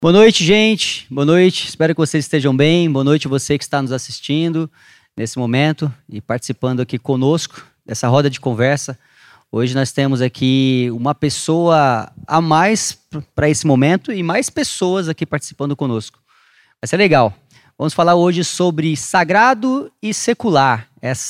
Boa noite, gente. Boa noite. Espero que vocês estejam bem. Boa noite você que está nos assistindo nesse momento e participando aqui conosco dessa roda de conversa. Hoje nós temos aqui uma pessoa a mais para esse momento e mais pessoas aqui participando conosco. Vai ser legal. Vamos falar hoje sobre sagrado e secular.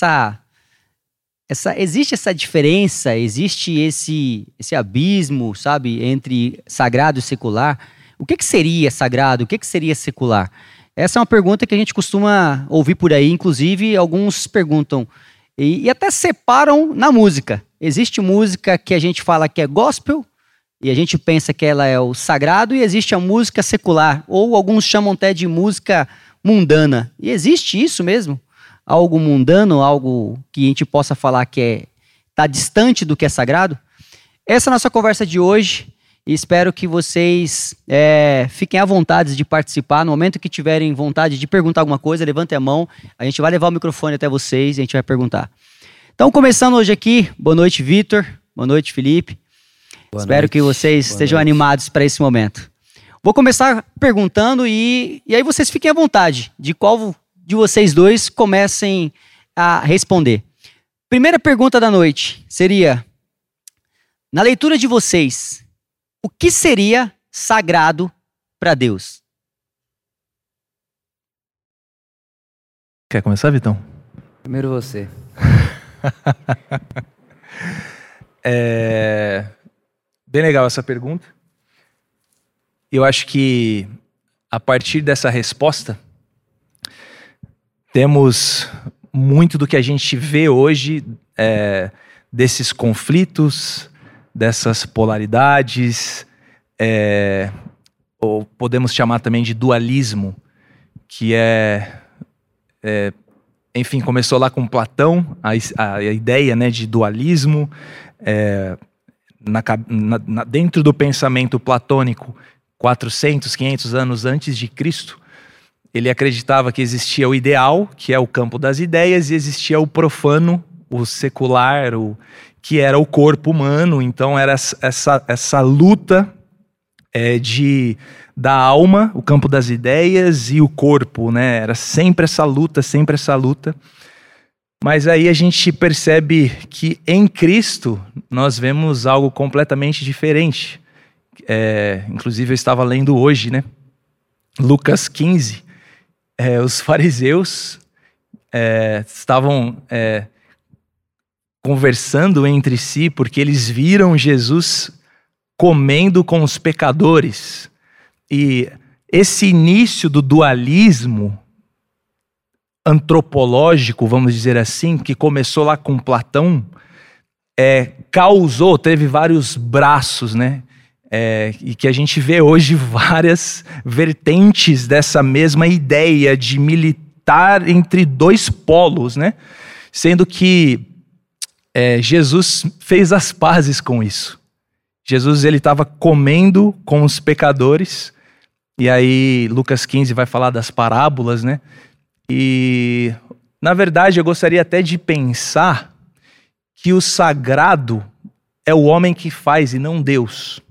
Existe essa diferença, existe esse abismo, sabe, entre sagrado e secular. O que seria sagrado? O que seria secular? Essa é uma pergunta que a gente costuma ouvir por aí. Inclusive, alguns perguntam e até separam na música. Existe música que a gente fala que é gospel e a gente pensa que ela é o sagrado, e existe a música secular, ou alguns chamam até de música mundana. E existe isso mesmo? Algo mundano, algo que a gente possa falar que está distante do que é sagrado? Essa é a nossa conversa de hoje. E espero que vocês fiquem à vontade de participar. No momento que tiverem vontade de perguntar alguma coisa, levantem a mão. A gente vai levar o microfone até vocês e a gente vai perguntar. Então, começando hoje aqui, boa noite, Vitor. Boa noite, Felipe. Espero que vocês estejam animados para esse momento. Vou começar perguntando e aí vocês fiquem à vontade de qual de vocês dois comecem a responder. Primeira pergunta da noite seria, na leitura de vocês, o que seria sagrado para Deus? Quer começar, Vitão? Primeiro você. Bem legal essa pergunta. Eu acho que a partir dessa resposta temos muito do que a gente vê hoje, desses conflitos, dessas polaridades, ou podemos chamar também de dualismo, que enfim, começou lá com Platão, a ideia, né, de dualismo, dentro do pensamento platônico, 400, 500 anos antes de Cristo, ele acreditava que existia o ideal, que é o campo das ideias, e existia o profano, o secular, que era o corpo humano. Então era essa luta da alma, o campo das ideias, e o corpo, né? Era sempre essa luta, sempre essa luta. Mas aí a gente percebe que em Cristo nós vemos algo completamente diferente. Inclusive eu estava lendo hoje, né? Lucas 15, os fariseus estavam conversando entre si porque eles viram Jesus comendo com os pecadores. E esse início do dualismo antropológico, vamos dizer assim, que começou lá com Platão, teve vários braços, né? E que a gente vê hoje várias vertentes dessa mesma ideia de militar entre dois polos, né? Sendo que Jesus fez as pazes com isso. Jesus, ele estava comendo com os pecadores, e aí Lucas 15 vai falar das parábolas, né? E, na verdade, eu gostaria até de pensar que o sagrado é o homem que faz e não Deus.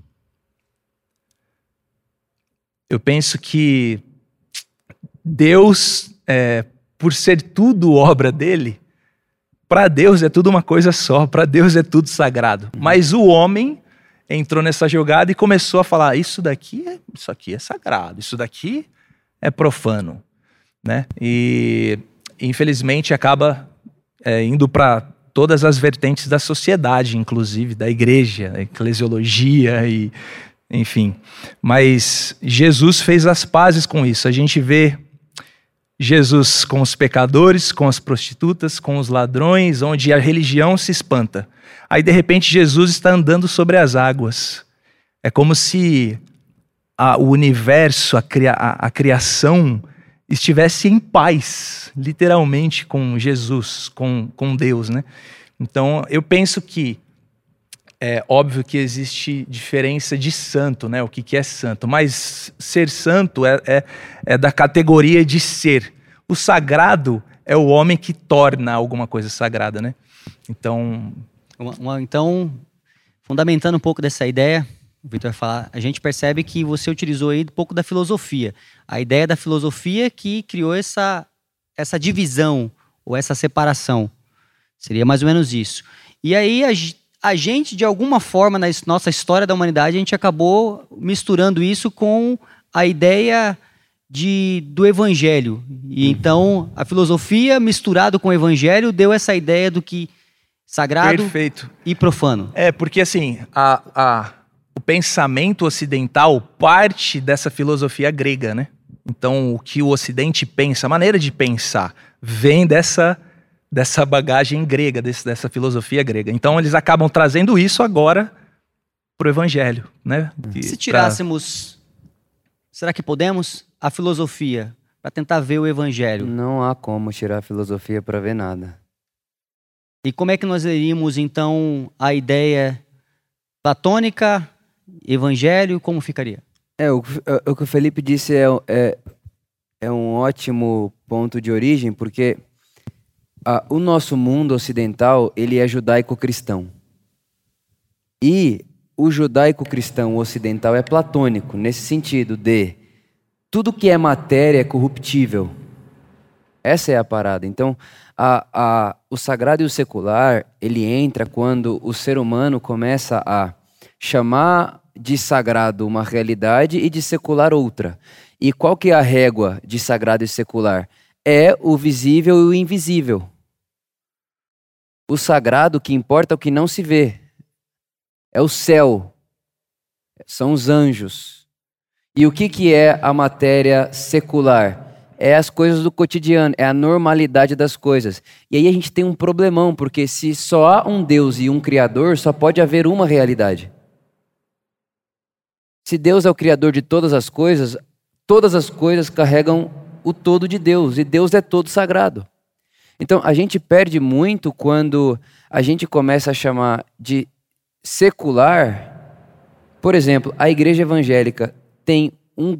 Eu penso que Deus, por ser tudo obra dele, para Deus é tudo uma coisa só, para Deus é tudo sagrado. Mas o homem entrou nessa jogada e começou a falar, isso aqui é sagrado, isso daqui é profano, né? E infelizmente acaba indo para todas as vertentes da sociedade, inclusive da igreja, da eclesiologia e enfim. Mas Jesus fez as pazes com isso. A gente vê Jesus com os pecadores, com as prostitutas, com os ladrões, onde a religião se espanta. Aí, de repente, Jesus está andando sobre as águas. É como se o universo, a criação, estivesse em paz, literalmente, com Jesus, com Deus, né? Então, eu penso que é óbvio que existe diferença de santo, né? O que é santo, mas ser santo é da categoria de ser. O sagrado é o homem que torna alguma coisa sagrada, né? Então, Então, fundamentando um pouco dessa ideia, o Vitor vai falar, a gente percebe que você utilizou aí um pouco da filosofia. A ideia da filosofia que criou essa divisão ou essa separação. Seria mais ou menos isso. E aí a gente, de alguma forma, na nossa história da humanidade, a gente acabou misturando isso com a ideia do evangelho. E então, a filosofia misturado com o evangelho deu essa ideia do que sagrado Perfeito. e profano. Porque assim, o pensamento ocidental parte dessa filosofia grega, né? Então, o que o Ocidente pensa, a maneira de pensar, vem dessa bagagem grega, dessa filosofia grega. Então, eles acabam trazendo isso agora para o evangelho, né? Se tirássemos, será que podemos? A filosofia, para tentar ver o evangelho. Não há como tirar a filosofia para ver nada. E como é que nós leríamos, então, a ideia platônica, evangelho, como ficaria? O que o Felipe disse é um ótimo ponto de origem, porque o nosso mundo ocidental, ele é judaico-cristão. E o judaico-cristão ocidental é platônico, nesse sentido de tudo que é matéria é corruptível. Essa é a parada. Então, o sagrado e o secular, ele entra quando o ser humano começa a chamar de sagrado uma realidade e de secular outra. E qual que é a régua de sagrado e secular? É o visível e o invisível. O sagrado, que importa é o que não se vê. É o céu. São os anjos. E o que é a matéria secular? É as coisas do cotidiano, é a normalidade das coisas. E aí a gente tem um problemão, porque se só há um Deus e um Criador, só pode haver uma realidade. Se Deus é o Criador de todas as coisas carregam o todo de Deus, e Deus é todo sagrado. Então a gente perde muito quando a gente começa a chamar de secular. Por exemplo, a igreja evangélica tem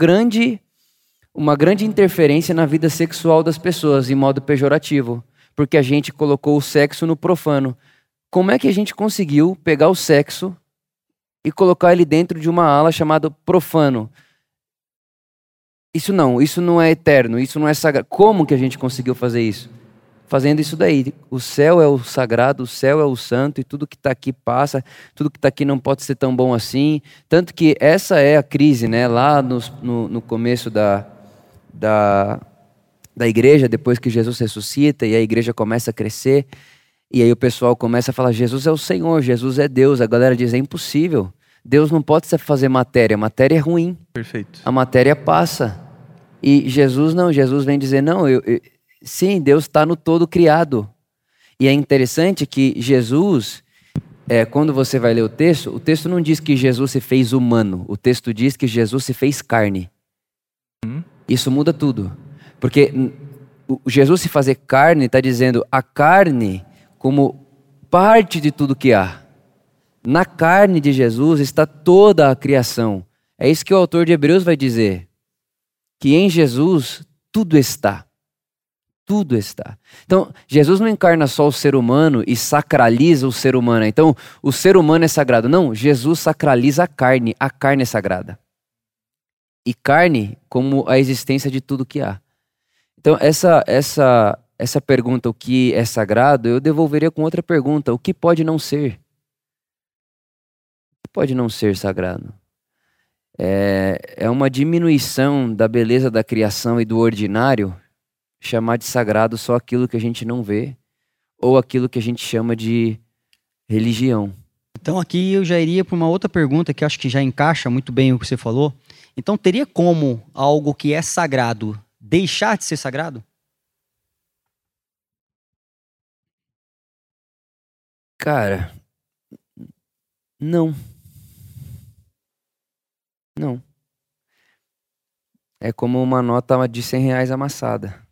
uma grande interferência na vida sexual das pessoas, em modo pejorativo, porque a gente colocou o sexo no profano. Como é que a gente conseguiu pegar o sexo e colocar ele dentro de uma ala chamada profano? Isso não é eterno, isso não é sagrado. Como que a gente conseguiu fazer isso? Fazendo isso daí. O céu é o sagrado, o céu é o santo, e tudo que está aqui passa, tudo que está aqui não pode ser tão bom assim. Tanto que essa é a crise, né? Lá no começo da igreja, depois que Jesus ressuscita e a igreja começa a crescer, e aí o pessoal começa a falar, Jesus é o Senhor, Jesus é Deus. A galera diz, é impossível. Deus não pode fazer matéria é ruim. Perfeito. A matéria passa. E Jesus não, Jesus vem dizer, não, sim, Deus está no todo criado. E é interessante que Jesus, quando você vai ler o texto não diz que Jesus se fez humano, o texto diz que Jesus se fez carne. Isso muda tudo. Porque Jesus se fazer carne está dizendo a carne como parte de tudo que há. Na carne de Jesus está toda a criação. É isso que o autor de Hebreus vai dizer. Que em Jesus tudo está. Tudo está. Então, Jesus não encarna só o ser humano e sacraliza o ser humano. Então, o ser humano é sagrado. Não, Jesus sacraliza a carne. A carne é sagrada. E carne como a existência de tudo que há. Então, essa pergunta, o que é sagrado, eu devolveria com outra pergunta. O que pode não ser? O que pode não ser sagrado? É uma diminuição da beleza da criação e do ordinário chamar de sagrado só aquilo que a gente não vê ou aquilo que a gente chama de religião. Então aqui eu já iria para uma outra pergunta que acho que já encaixa muito bem o que você falou. Então teria como algo que é sagrado deixar de ser sagrado? Cara, não. Não. É como uma nota de R$100 amassada.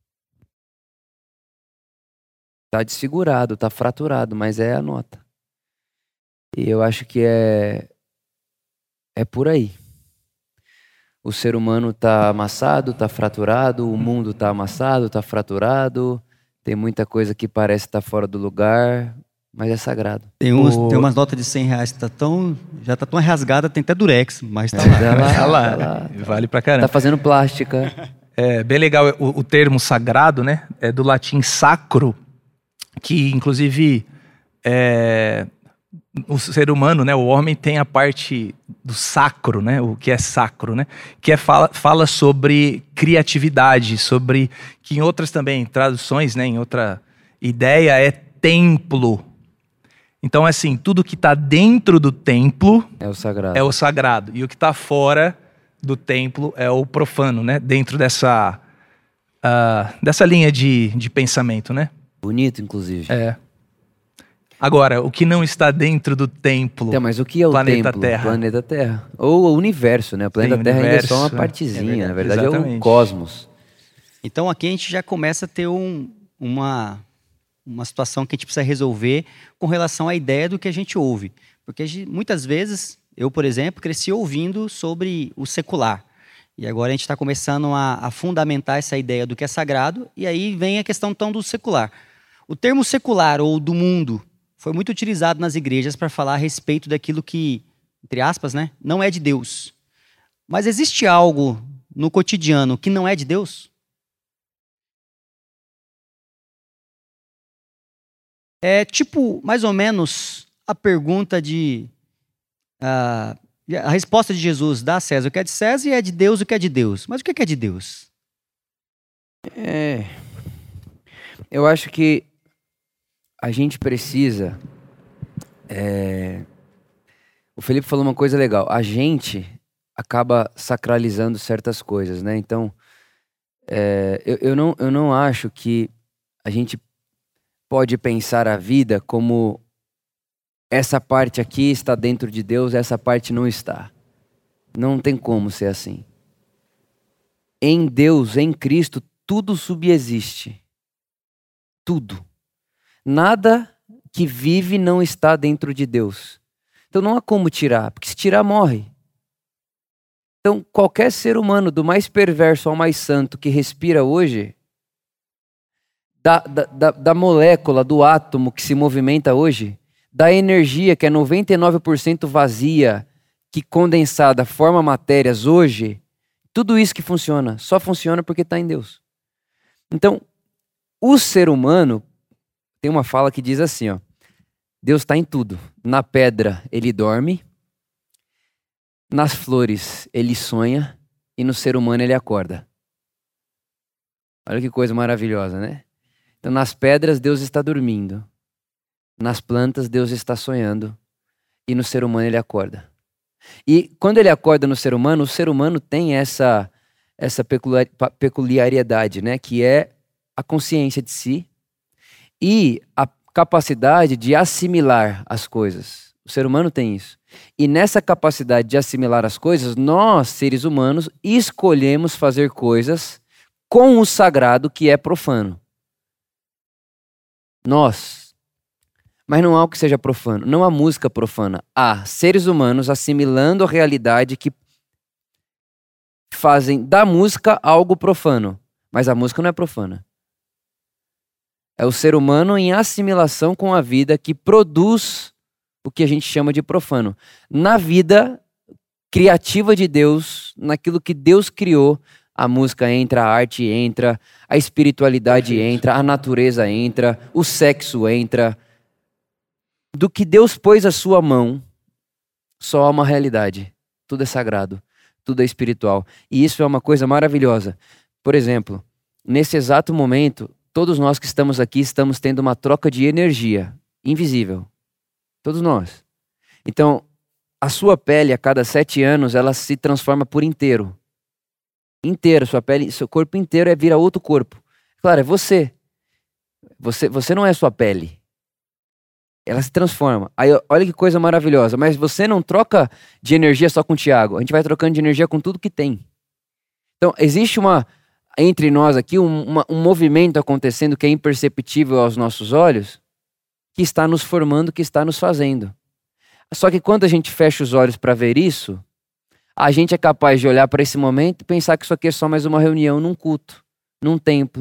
Tá desfigurado, tá fraturado, mas é a nota. E eu acho que é por aí. O ser humano tá amassado, tá fraturado, o mundo tá amassado, tá fraturado, tem muita coisa que parece estar fora do lugar, mas é sagrado. Tem umas notas de R$100 que já tá tão rasgada, tem até durex, mas tá lá. Tá lá. Vale pra caramba. Tá fazendo plástica. É bem legal o termo sagrado, né? É do latim sacro, que inclusive o ser humano, né? O homem tem a parte do sacro, né? O que é sacro, né? Que fala sobre criatividade, sobre que em outras também traduções, né? Em outra ideia é templo. Então, assim, tudo que está dentro do templo é o sagrado. E o que está fora do templo é o profano, né? Dentro dessa linha de pensamento, né? Bonito, inclusive. Agora, o que não está dentro do templo? Então, mas o que é o planeta templo? Terra. Planeta Terra. Ou o universo, né? O planeta Terra ainda é só uma partezinha. Na verdade, exatamente. É o cosmos. Então, aqui a gente já começa a ter uma situação que a gente precisa resolver com relação à ideia do que a gente ouve. Porque muitas vezes, eu, por exemplo, cresci ouvindo sobre o secular. E agora a gente está começando a fundamentar essa ideia do que é sagrado, e aí vem a questão então do secular. O termo secular ou do mundo foi muito utilizado nas igrejas para falar a respeito daquilo que, entre aspas, né, não é de Deus. Mas existe algo no cotidiano que não é de Deus? É tipo, mais ou menos, a pergunta a resposta de Jesus: dá a César o que é de César e é de Deus o que é de Deus. Mas o que é de Deus? Eu acho que a gente precisa... O Felipe falou uma coisa legal. A gente acaba sacralizando certas coisas, né? Então, eu não acho que a gente pode pensar a vida como essa parte aqui está dentro de Deus, essa parte não está. Não tem como ser assim. Em Deus, em Cristo, tudo subexiste. Tudo. Nada que vive não está dentro de Deus. Então não há como tirar, porque se tirar, morre. Então qualquer ser humano, do mais perverso ao mais santo que respira hoje, da molécula, do átomo que se movimenta hoje, da energia que é 99% vazia, que condensada forma matérias hoje, tudo isso que funciona, só funciona porque está em Deus. Então, o ser humano tem uma fala que diz assim, ó: Deus está em tudo. Na pedra ele dorme, nas flores ele sonha e no ser humano ele acorda. Olha que coisa maravilhosa, né? Então, nas pedras Deus está dormindo, nas plantas Deus está sonhando e no ser humano ele acorda. E quando ele acorda no ser humano, o ser humano tem essa peculiaridade, né? Que é a consciência de si e a capacidade de assimilar as coisas. O ser humano tem isso. E nessa capacidade de assimilar as coisas, nós, seres humanos, escolhemos fazer coisas com o sagrado que é profano. Nós. Mas não há o que seja profano. Não há música profana. Há seres humanos assimilando a realidade que fazem da música algo profano. Mas a música não é profana. É o ser humano em assimilação com a vida que produz o que a gente chama de profano. Na vida criativa de Deus, naquilo que Deus criou, a música entra, a arte entra, a espiritualidade entra, a natureza entra, o sexo entra. Do que Deus pôs a sua mão, só há uma realidade. Tudo é sagrado, tudo é espiritual. E isso é uma coisa maravilhosa. Por exemplo, nesse exato momento, todos nós que estamos aqui estamos tendo uma troca de energia invisível. Todos nós. Então, a sua pele, a cada 7 anos, ela se transforma por inteiro. Inteiro, sua pele, seu corpo inteiro vira outro corpo. Claro, é você. Você não é sua pele. Ela se transforma. Aí, olha que coisa maravilhosa. Mas você não troca de energia só com o Tiago. A gente vai trocando de energia com tudo que tem. Então, existe entre nós aqui um movimento acontecendo que é imperceptível aos nossos olhos, que está nos formando, que está nos fazendo. Só que quando a gente fecha os olhos para ver isso, a gente é capaz de olhar para esse momento e pensar que isso aqui é só mais uma reunião num culto, num templo.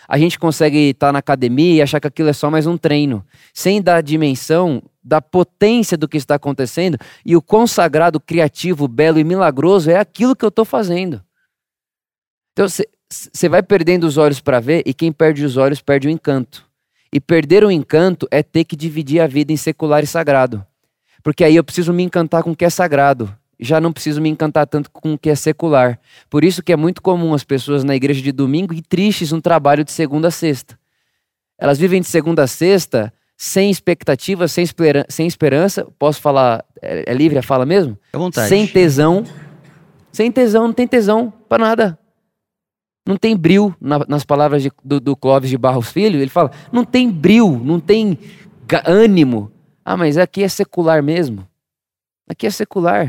a gente consegue estar na academia e achar que aquilo é só mais um treino, sem dar a dimensão da potência do que está acontecendo e o quão sagrado, criativo, belo e milagroso é aquilo que eu estou fazendo. Então você vai perdendo os olhos para ver, e quem perde os olhos perde o encanto. E perder o encanto é ter que dividir a vida em secular e sagrado. Porque aí eu preciso me encantar com o que é sagrado. Já não preciso me encantar tanto com o que é secular. Por isso que é muito comum as pessoas na igreja de domingo ir tristes no trabalho de segunda a sexta. Elas vivem de segunda a sexta sem expectativa, sem esperança. Posso falar, é livre a fala mesmo? À vontade. Sem tesão. Sem tesão, não tem tesão para nada. Não tem brio, nas palavras do Clóvis de Barros Filho, ele fala, não tem brio, não tem ânimo. Ah, mas aqui é secular mesmo. Aqui é secular.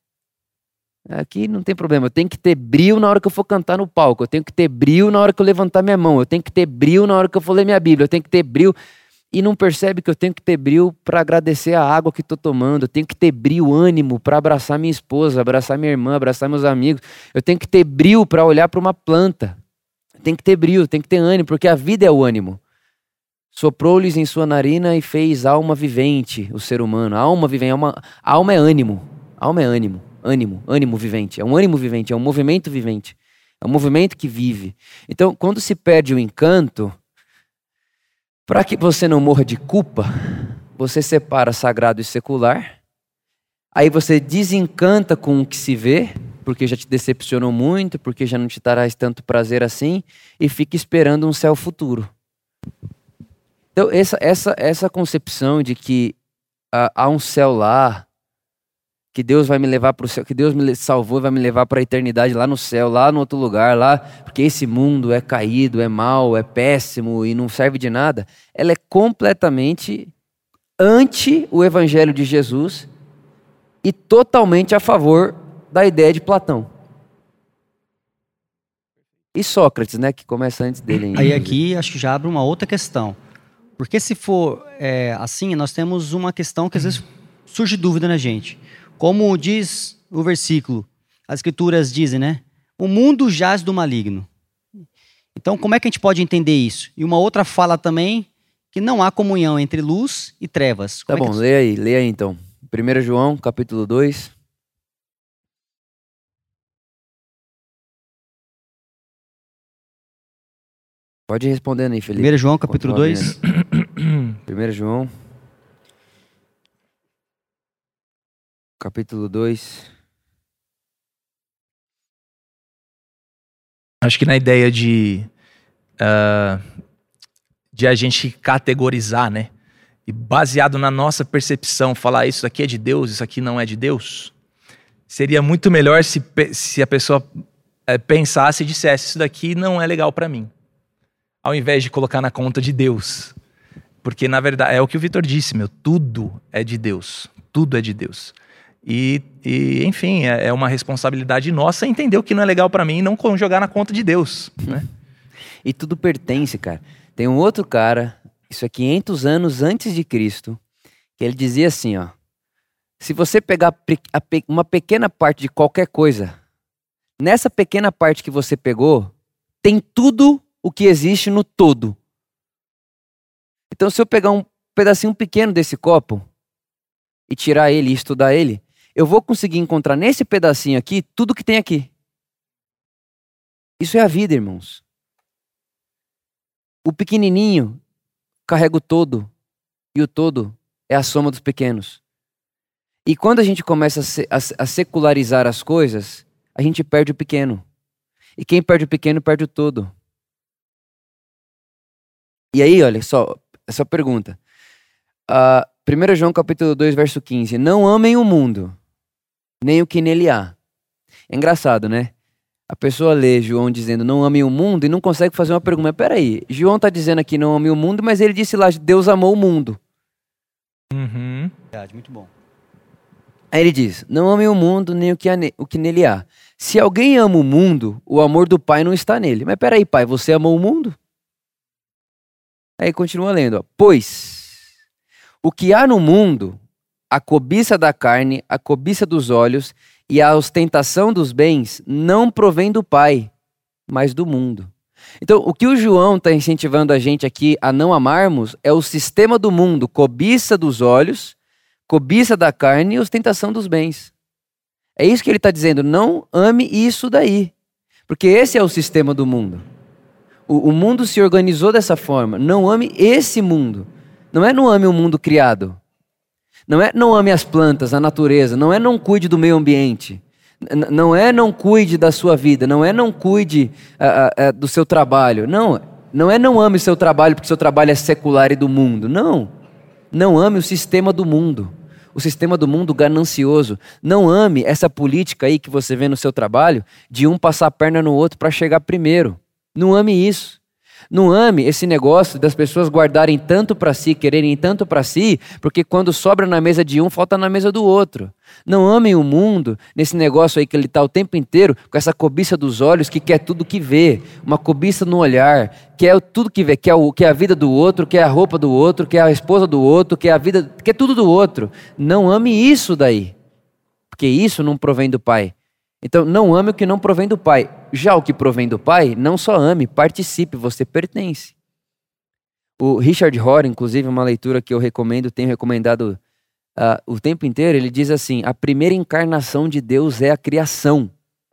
Aqui não tem problema. Eu tenho que ter brio na hora que eu for cantar no palco. Eu tenho que ter brio na hora que eu levantar minha mão. Eu tenho que ter brio na hora que eu for ler minha Bíblia. Eu tenho que ter brio. E não percebe que eu tenho que ter brio para agradecer a água que estou tomando. Eu tenho que ter brio, ânimo para abraçar minha esposa, abraçar minha irmã, abraçar meus amigos. Eu tenho que ter brio para olhar para uma planta. Eu tenho que ter brio, tenho que ter ânimo, porque a vida é o ânimo. Soprou-lhes em sua narina e fez alma vivente o ser humano. A alma vivente, a alma é ânimo. A alma é ânimo. Ânimo vivente. É um ânimo vivente, é um movimento vivente. É um movimento que vive. Então, quando se perde o encanto, para que você não morra de culpa, você separa sagrado e secular. Aí você desencanta com o que se vê, porque já te decepcionou muito, porque já não te traz tanto prazer assim, e fica esperando um céu futuro. Então, essa concepção de que há um céu lá, que Deus vai me levar para o céu, que Deus me salvou e vai me levar para a eternidade lá no céu, lá no outro lugar, lá, porque esse mundo é caído, é mau, é péssimo e não serve de nada, ela é completamente anti o evangelho de Jesus e totalmente a favor da ideia de Platão. E Sócrates, né, que começa antes dele ainda. Aí aqui acho que já abre uma outra questão. Porque se for assim, nós temos uma questão que às vezes surge dúvida na gente. Como diz o versículo, as escrituras dizem, né? O mundo jaz do maligno. Então, como é que a gente pode entender isso? E uma outra fala também, que não há comunhão entre luz e trevas. Tá bom, leia aí então. 1 João, capítulo 2. Pode ir respondendo aí, Felipe. 1 João, capítulo 2. 1 João, capítulo 2. Acho que na ideia de a gente categorizar, né? E baseado na nossa percepção, falar isso aqui é de Deus, isso aqui não é de Deus, seria muito melhor se a pessoa pensasse e dissesse, isso daqui não é legal para mim, ao invés de colocar na conta de Deus. Porque, na verdade, é o que o Vitor disse, tudo é de Deus. Tudo é de Deus. E enfim, é uma responsabilidade nossa entender o que não é legal para mim e não jogar na conta de Deus, né? E tudo pertence, cara. Tem um outro cara, isso é 500 anos antes de Cristo, que ele dizia assim, ó. Se você pegar uma pequena parte de qualquer coisa, nessa pequena parte que você pegou, tem tudo o que existe no todo. Então, se eu pegar um pedacinho pequeno desse copo e tirar ele e estudar ele, eu vou conseguir encontrar nesse pedacinho aqui tudo que tem aqui. Isso é a vida, irmãos. O pequenininho carrega o todo e o todo é a soma dos pequenos. E quando a gente começa a secularizar as coisas, a gente perde o pequeno. E quem perde o pequeno perde o todo. E aí, olha só, essa pergunta. 1 João capítulo 2, verso 15. Não amem o mundo, nem o que nele há. É engraçado, né? A pessoa lê João dizendo não amem o mundo e não consegue fazer uma pergunta. Mas peraí, João está dizendo aqui não amem o mundo, mas ele disse lá, Deus amou o mundo. Uhum. Verdade, muito bom. Aí ele diz, não amem o mundo, nem o que nele há. Se alguém ama o mundo, o amor do Pai não está nele. Mas peraí, Pai, você amou o mundo? Aí continua lendo, ó. Pois o que há no mundo, a cobiça da carne, a cobiça dos olhos e a ostentação dos bens, não provém do Pai, mas do mundo. Então, o que o João está incentivando a gente aqui a não amarmos é o sistema do mundo, cobiça dos olhos, cobiça da carne e ostentação dos bens. É isso que ele está dizendo, não ame isso daí. Porque esse é o sistema do mundo. O mundo se organizou dessa forma. Não ame esse mundo. Não é não ame o mundo criado. Não é não ame as plantas, a natureza. Não é não cuide do meio ambiente. Não é não cuide da sua vida. Não é não cuide do seu trabalho. Não é não ame o seu trabalho porque seu trabalho é secular e do mundo. Não ame o sistema do mundo. O sistema do mundo ganancioso. Não ame essa política aí que você vê no seu trabalho de um passar a perna no outro para chegar primeiro. Não ame isso. Não ame esse negócio das pessoas guardarem tanto para si, quererem tanto para si, porque quando sobra na mesa de um, falta na mesa do outro. Não amem o mundo nesse negócio aí que ele está o tempo inteiro com essa cobiça dos olhos que quer tudo que vê, uma cobiça no olhar, quer tudo que vê, quer a vida do outro, quer a roupa do outro, quer a esposa do outro, quer a vida, quer tudo do outro. Não ame isso daí, porque isso não provém do Pai. Então, não ame o que não provém do Pai. Já o que provém do Pai, não só ame, participe, você pertence. O Richard Rohr, inclusive, uma leitura que eu recomendo, tenho recomendado o tempo inteiro, ele diz assim, a primeira encarnação de Deus é a criação.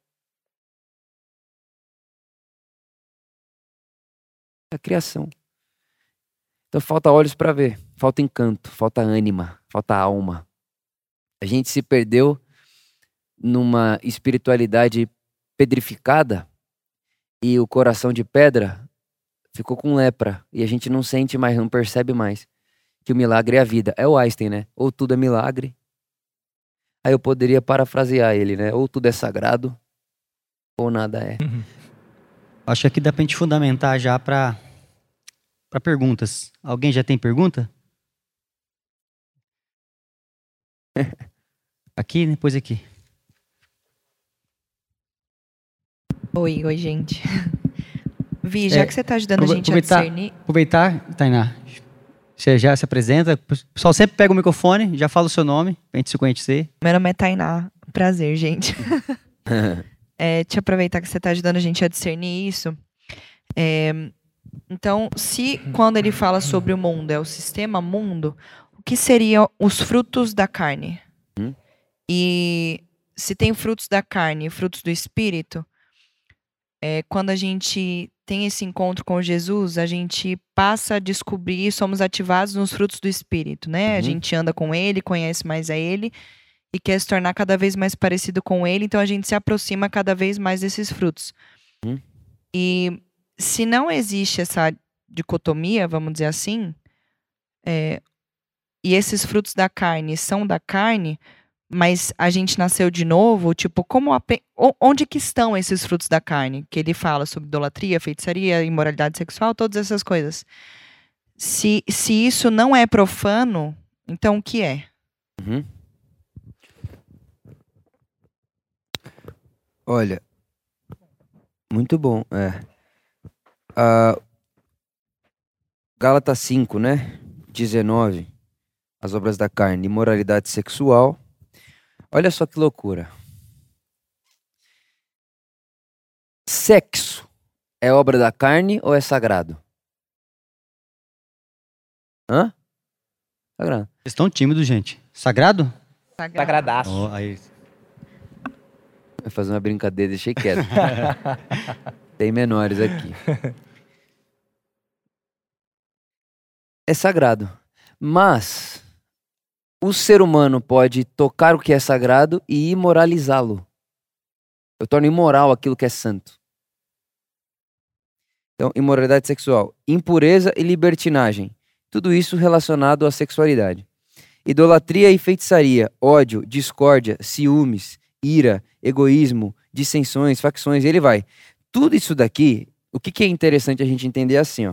É a criação. Então, falta olhos para ver, falta encanto, falta ânima, falta alma. A gente se perdeu numa espiritualidade pedrificada e o coração de pedra ficou com lepra e a gente não sente mais, não percebe mais que o milagre é a vida. É o Einstein, né? Ou tudo é milagre. Aí eu poderia parafrasear ele, né? Ou tudo é sagrado ou nada é. Acho que aqui dá pra gente fundamentar já para perguntas. Alguém já tem pergunta? Aqui, depois aqui. Oi, gente. Vi, já que você está ajudando a gente a discernir... Aproveitar, Tainá, você já se apresenta, o pessoal sempre pega o microfone, já fala o seu nome, pra gente se conhecer. Meu nome é Tainá, prazer, gente. Te aproveitar que você está ajudando a gente a discernir isso. Então, se quando ele fala sobre o mundo, é o sistema mundo, o que seriam os frutos da carne? E se tem frutos da carne e frutos do espírito... quando a gente tem esse encontro com Jesus, a gente passa a descobrir e somos ativados nos frutos do Espírito, né? A gente anda com Ele, conhece mais a Ele e quer se tornar cada vez mais parecido com Ele, então a gente se aproxima cada vez mais desses frutos. E se não existe essa dicotomia, vamos dizer assim, e esses frutos da carne são da carne... Mas a gente nasceu de novo, tipo, onde que estão esses frutos da carne? Que ele fala sobre idolatria, feitiçaria, imoralidade sexual, todas essas coisas. Se isso não é profano, então o que é? Olha, muito bom. Gálatas 5, né? 19. As obras da carne, imoralidade sexual. Olha só que loucura. Sexo é obra da carne ou é sagrado? Sagrado. Vocês estão tímidos, gente. Sagrado? Sagradaço. Oh, aí. Vai fazer uma brincadeira, deixei quieto. Tem menores aqui. É sagrado. Mas... o ser humano pode tocar o que é sagrado e imoralizá-lo. Eu torno imoral aquilo que é santo. Então, imoralidade sexual, impureza e libertinagem. Tudo isso relacionado à sexualidade. Idolatria e feitiçaria, ódio, discórdia, ciúmes, ira, egoísmo, dissensões, facções, e ele vai. Tudo isso daqui, o que é interessante a gente entender é assim, ó.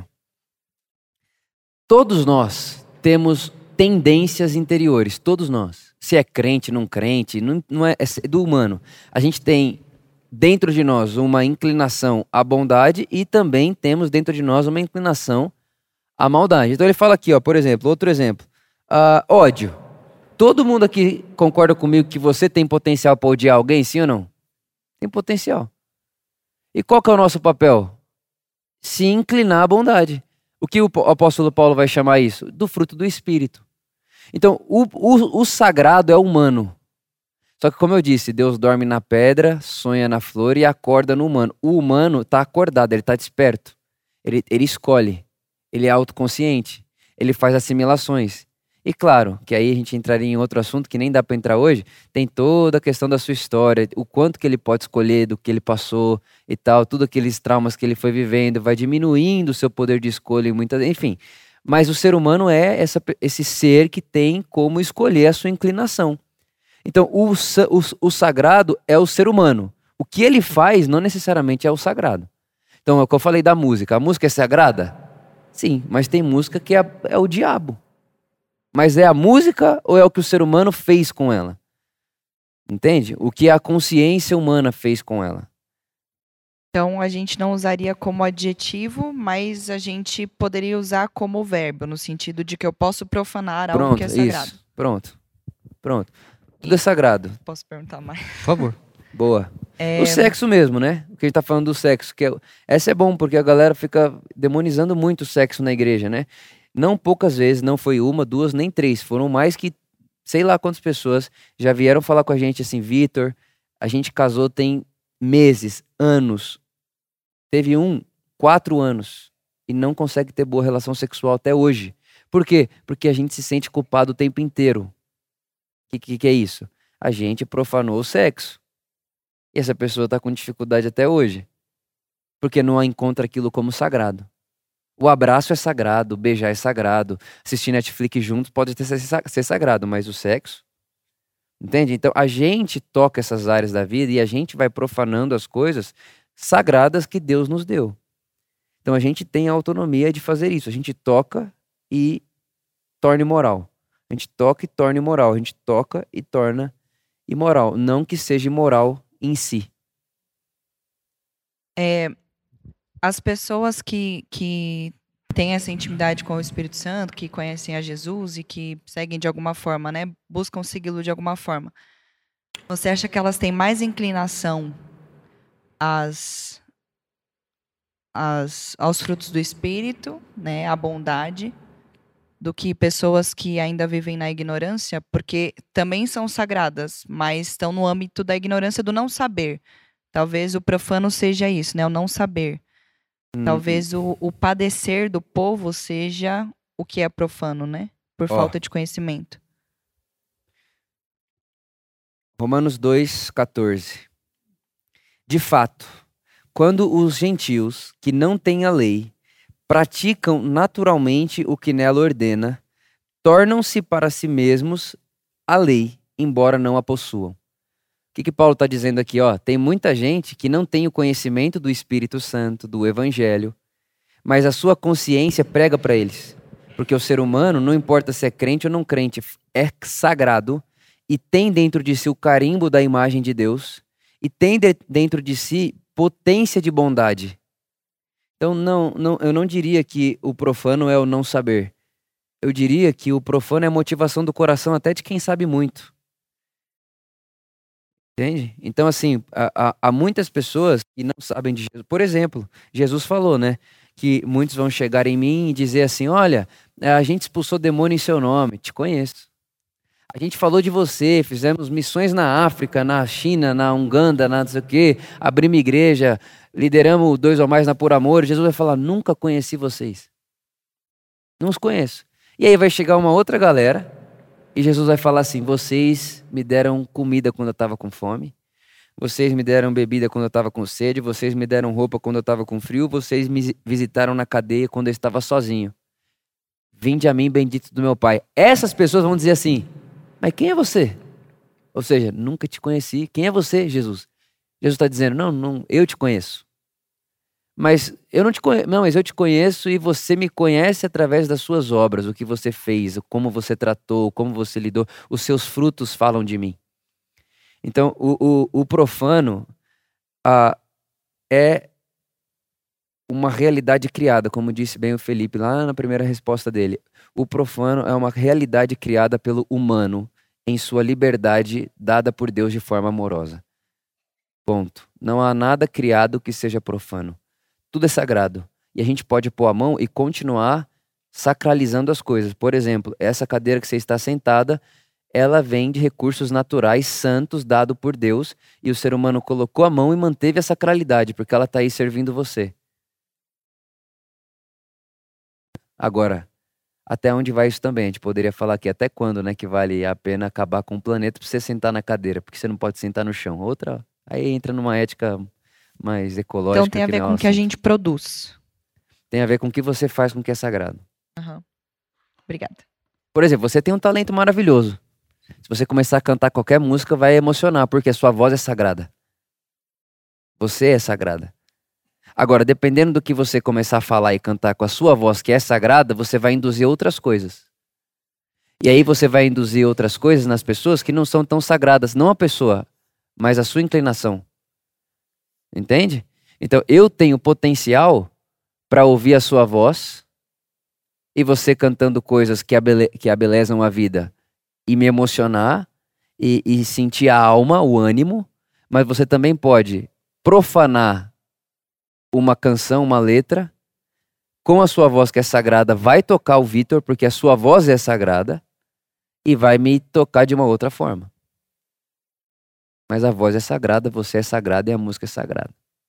Todos nós temos tendências interiores, todos nós. Se é crente, não crente, não é do humano. A gente tem dentro de nós uma inclinação à bondade e também temos dentro de nós uma inclinação à maldade. Então ele fala aqui, ó, por exemplo, outro exemplo. Ódio. Todo mundo aqui concorda comigo que você tem potencial para odiar alguém, sim ou não? Tem potencial. E qual que é o nosso papel? se inclinar à bondade. O que o apóstolo Paulo vai chamar isso? Do fruto do Espírito. Então, o sagrado é humano. Só que, como eu disse, Deus dorme na pedra, sonha na flor e acorda no humano. O humano está acordado, ele está desperto. Ele escolhe, ele é autoconsciente, ele faz assimilações. E claro, que aí a gente entraria em outro assunto que nem dá para entrar hoje, tem toda a questão da sua história, o quanto que ele pode escolher do que ele passou e tal, tudo aqueles traumas que ele foi vivendo, vai diminuindo o seu poder de escolha, enfim. Mas o ser humano é esse ser que tem como escolher a sua inclinação. Então, o sagrado é o ser humano. O que ele faz não necessariamente é o sagrado. Então, é o que eu falei da música. A música é sagrada? Sim, mas tem música que é o diabo. Mas é a música ou é o que o ser humano fez com ela? Entende? O que a consciência humana fez com ela. Então, a gente não usaria como adjetivo, mas a gente poderia usar como verbo, no sentido de que eu posso profanar algo que é sagrado. Isso. Pronto. Tudo é sagrado. Posso perguntar mais? Por favor. Boa. O sexo mesmo, né? O que a gente tá falando do sexo. Essa é bom, porque a galera fica demonizando muito o sexo na igreja, né? Não poucas vezes, não foi uma, duas, nem três. Foram mais que, sei lá quantas pessoas já vieram falar com a gente assim, Vitor, a gente casou tem meses, anos. Teve 4 anos e não consegue ter boa relação sexual até hoje. Por quê? Porque a gente se sente culpado o tempo inteiro. O que é isso? A gente profanou o sexo. E essa pessoa está com dificuldade até hoje. Porque não encontra aquilo como sagrado. O abraço é sagrado, beijar é sagrado, assistir Netflix juntos pode ser sagrado, mas o sexo... Entende? Então a gente toca essas áreas da vida e a gente vai profanando as coisas sagradas que Deus nos deu. Então a gente tem a autonomia de fazer isso. A gente toca e torna imoral. A gente toca e torna imoral. A gente toca e torna imoral. Não que seja imoral em si. As pessoas que têm essa intimidade com o Espírito Santo, que conhecem a Jesus e que seguem de alguma forma, né? Buscam segui-lo de alguma forma. Você acha que elas têm mais inclinação aos frutos do Espírito, né? À bondade, do que pessoas que ainda vivem na ignorância? Porque também são sagradas, mas estão no âmbito da ignorância do não saber. Talvez o profano seja isso, né? O não saber. Talvez o padecer do povo seja o que é profano, né? Por falta de conhecimento. Romanos 2,14. De fato, quando os gentios, que não têm a lei, praticam naturalmente o que nela ordena, tornam-se para si mesmos a lei, embora não a possuam. O que Paulo está dizendo aqui? Tem muita gente que não tem o conhecimento do Espírito Santo, do Evangelho, mas a sua consciência prega para eles. Porque o ser humano, não importa se é crente ou não crente, é sagrado e tem dentro de si o carimbo da imagem de Deus e tem dentro de si potência de bondade. Então, eu não diria que o profano é o não saber. Eu diria que o profano é a motivação do coração até de quem sabe muito. Entende? Então, assim, há muitas pessoas que não sabem de Jesus. Por exemplo, Jesus falou, né? Que muitos vão chegar em mim e dizer assim, olha, a gente expulsou demônio em seu nome, te conheço. A gente falou de você, fizemos missões na África, na China, na Uganda, na não sei o quê, abrimos igreja, lideramos 2 ou mais na Por Amor. Jesus vai falar, nunca conheci vocês. Não os conheço. E aí vai chegar uma outra galera e Jesus vai falar assim, vocês me deram comida quando eu estava com fome, vocês me deram bebida quando eu estava com sede, vocês me deram roupa quando eu estava com frio, vocês me visitaram na cadeia quando eu estava sozinho. Vinde a mim, bendito do meu Pai. Essas pessoas vão dizer assim, mas quem é você? Ou seja, nunca te conheci. Quem é você, Jesus? Jesus está dizendo, não, eu te conheço. Mas eu não te conheço, não, mas eu te conheço e você me conhece através das suas obras, o que você fez, como você tratou, como você lidou, os seus frutos falam de mim. Então, o profano é uma realidade criada, como disse bem o Felipe lá na primeira resposta dele. O profano é uma realidade criada pelo humano em sua liberdade dada por Deus de forma amorosa. Ponto. Não há nada criado que seja profano. Tudo é sagrado. E a gente pode pôr a mão e continuar sacralizando as coisas. Por exemplo, essa cadeira que você está sentada, ela vem de recursos naturais santos dado por Deus, e o ser humano colocou a mão e manteve a sacralidade, porque ela está aí servindo você. Agora, até onde vai isso também? A gente poderia falar aqui até quando, né, que vale a pena acabar com o planeta para você sentar na cadeira, porque você não pode sentar no chão. Outra, aí entra numa ética mais ecológica. Então tem a ver com o que a gente produz. Tem a ver com o que você faz com o que é sagrado. Uhum. Obrigada. Por exemplo, você tem um talento maravilhoso. Se você começar a cantar qualquer música, vai emocionar, porque a sua voz é sagrada. Você é sagrada. Agora, dependendo do que você começar a falar e cantar com a sua voz, que é sagrada, você vai induzir outras coisas. E aí você vai induzir outras coisas nas pessoas que não são tão sagradas. Não a pessoa, mas a sua inclinação. Entende? Então, eu tenho potencial para ouvir a sua voz e você cantando coisas que abelezam a vida e me emocionar e sentir a alma, o ânimo, mas você também pode profanar uma canção, uma letra, com a sua voz que é sagrada, vai tocar o Vitor, porque a sua voz é sagrada, e vai me tocar de uma outra forma. Mas a voz é sagrada, você é sagrado e a música é sagrada.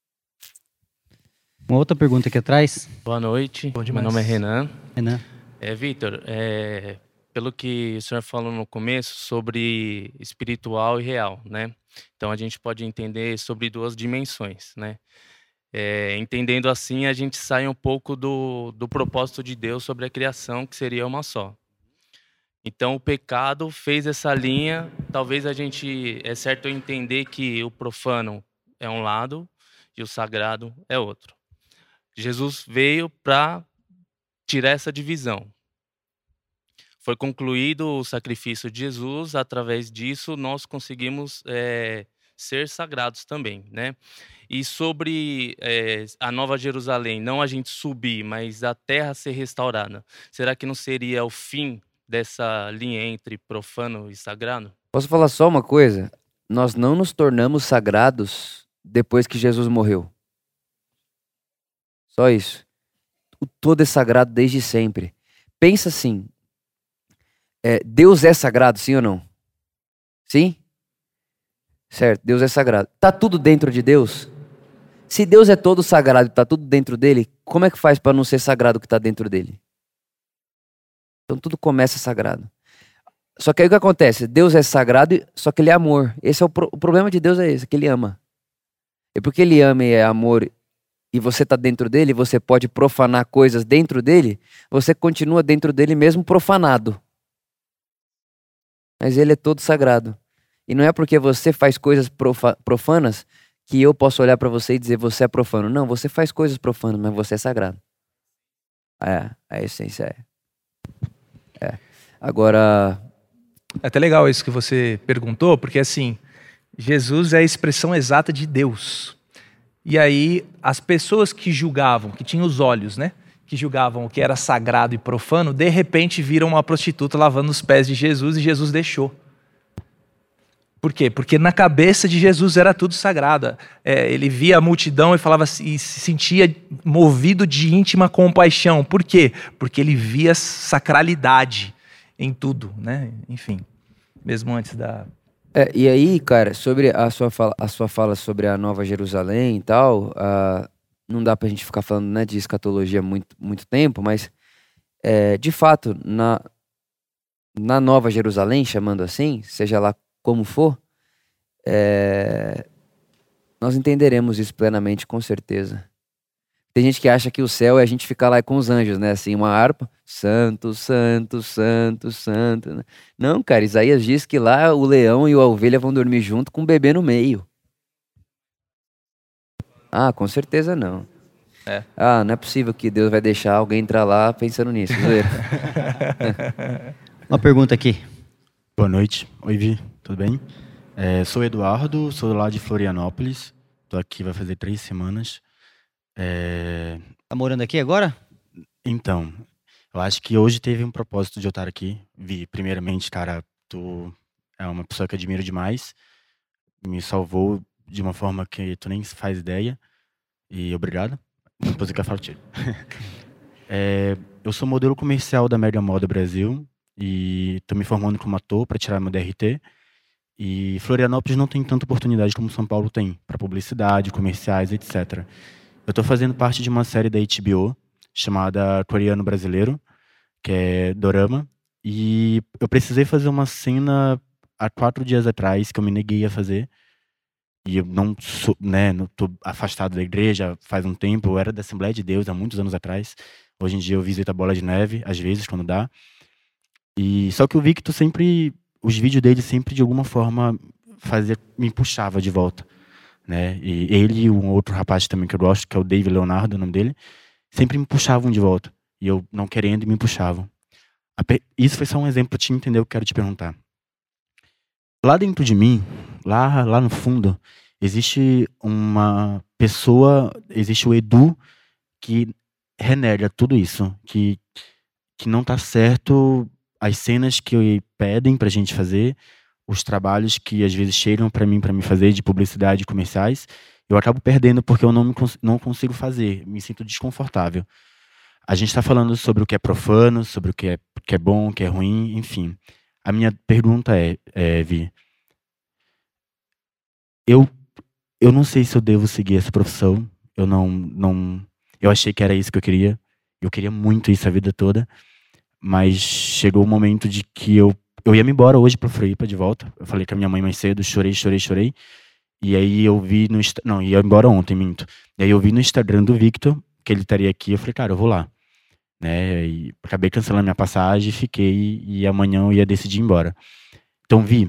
Uma outra pergunta aqui atrás. Boa noite, Bom meu demais. nome é Renan. Renan. Vitor, pelo que o senhor falou no começo sobre espiritual e real, né? Então a gente pode entender sobre duas dimensões, né? Entendendo assim, a gente sai um pouco do propósito de Deus sobre a criação, que seria uma só. Então o pecado fez essa linha, talvez é certo eu entender que o profano é um lado e o sagrado é outro. Jesus veio para tirar essa divisão. Foi concluído o sacrifício de Jesus, através disso nós conseguimos ser sagrados também, né? E sobre a Nova Jerusalém, não a gente subir, mas a terra ser restaurada, será que não seria o fim dessa linha entre profano e sagrado? Posso falar só uma coisa? Nós não nos tornamos sagrados depois que Jesus morreu. Só isso. O todo é sagrado desde sempre. Pensa assim, Deus é sagrado, sim ou não? Sim? Certo, Deus é sagrado. Tá tudo dentro de Deus? Se Deus é todo sagrado e tá tudo dentro dele, como é que faz para não ser sagrado o que tá dentro dele? Então tudo começa sagrado. Só que aí o que acontece? Deus é sagrado, só que ele é amor. Esse é o problema de Deus, é esse, que ele ama. E porque ele ama e é amor, e você tá dentro dele, você pode profanar coisas dentro dele, você continua dentro dele mesmo profanado. Mas ele é todo sagrado. E não é porque você faz coisas profanas que eu posso olhar para você e dizer você é profano. Não, você faz coisas profanas, mas você é sagrado. A essência é. Agora... É até legal isso que você perguntou, porque assim, Jesus é a expressão exata de Deus. E aí, as pessoas que julgavam, que tinham os olhos, né? Que julgavam o que era sagrado e profano, de repente viram uma prostituta lavando os pés de Jesus e Jesus deixou. Por quê? Porque na cabeça de Jesus era tudo sagrado. Ele via a multidão e falava e se sentia movido de íntima compaixão. Por quê? Porque ele via sacralidade em tudo, né? Enfim, mesmo antes da... e aí, cara, sobre a sua fala sobre a Nova Jerusalém e tal, não dá pra gente ficar falando, né, de escatologia muito tempo, mas de fato, na Nova Jerusalém, chamando assim, seja lá como for, nós entenderemos isso plenamente, com certeza. Tem gente que acha que o céu é a gente ficar lá com os anjos, né? Assim, uma harpa, santo, santo, santo, santo. Né? Não, cara, Isaías diz que lá o leão e a ovelha vão dormir junto com o bebê no meio. Com certeza não. Não é possível que Deus vai deixar alguém entrar lá pensando nisso. Uma pergunta aqui. Boa noite. Oi, Vi. Tudo bem? Sou Eduardo, sou lá de Florianópolis. Estou aqui, vai fazer 3 semanas. Tá morando aqui agora? Então, eu acho que hoje teve um propósito de eu estar aqui. Vi, primeiramente, cara, tu é uma pessoa que eu admiro demais. Me salvou de uma forma que tu nem faz ideia. E obrigado. Depois eu quero falar tiro. Eu sou modelo comercial da Mega Moda Brasil e estou me formando como ator para tirar meu DRT. E Florianópolis não tem tanta oportunidade como São Paulo tem, para publicidade, comerciais, etc. Eu estou fazendo parte de uma série da HBO chamada Coreano Brasileiro, que é Dorama. E eu precisei fazer uma cena há 4 dias atrás, que eu me neguei a fazer. E eu não sou, né, não tô afastado da igreja faz um tempo. Eu era da Assembleia de Deus há muitos anos atrás. Hoje em dia eu visito a Bola de Neve, às vezes, quando dá. E só que o Victor sempre, os vídeos dele sempre de alguma forma me puxava de volta, né? E ele e um outro rapaz também que eu gosto, que é o David Leonardo, o nome dele, sempre me puxavam de volta. E eu não querendo me puxavam. Isso foi só um exemplo para te entender o que eu quero te perguntar. Lá dentro de mim, lá no fundo, existe uma pessoa, existe o Edu que renega tudo isso, que não tá certo as cenas que pedem pra gente fazer, os trabalhos que às vezes chegam pra mim fazer de publicidade e comerciais, eu acabo perdendo porque eu não consigo fazer, me sinto desconfortável. A gente está falando sobre o que é profano, sobre o que é bom, o que é ruim, enfim. A minha pergunta Vi, eu não sei se eu devo seguir essa profissão. Eu achei que era isso que eu queria. Eu queria muito isso a vida toda. Mas chegou o momento de que eu ia me embora hoje pra Floripa de volta. Eu falei com a minha mãe mais cedo, chorei. E aí eu vi não, ia embora ontem, minto. E aí eu vi no Instagram do Victor que ele estaria aqui. Eu falei, cara, eu vou lá. Né? E acabei cancelando minha passagem, fiquei. E amanhã eu ia decidir ir embora. Então, Vi,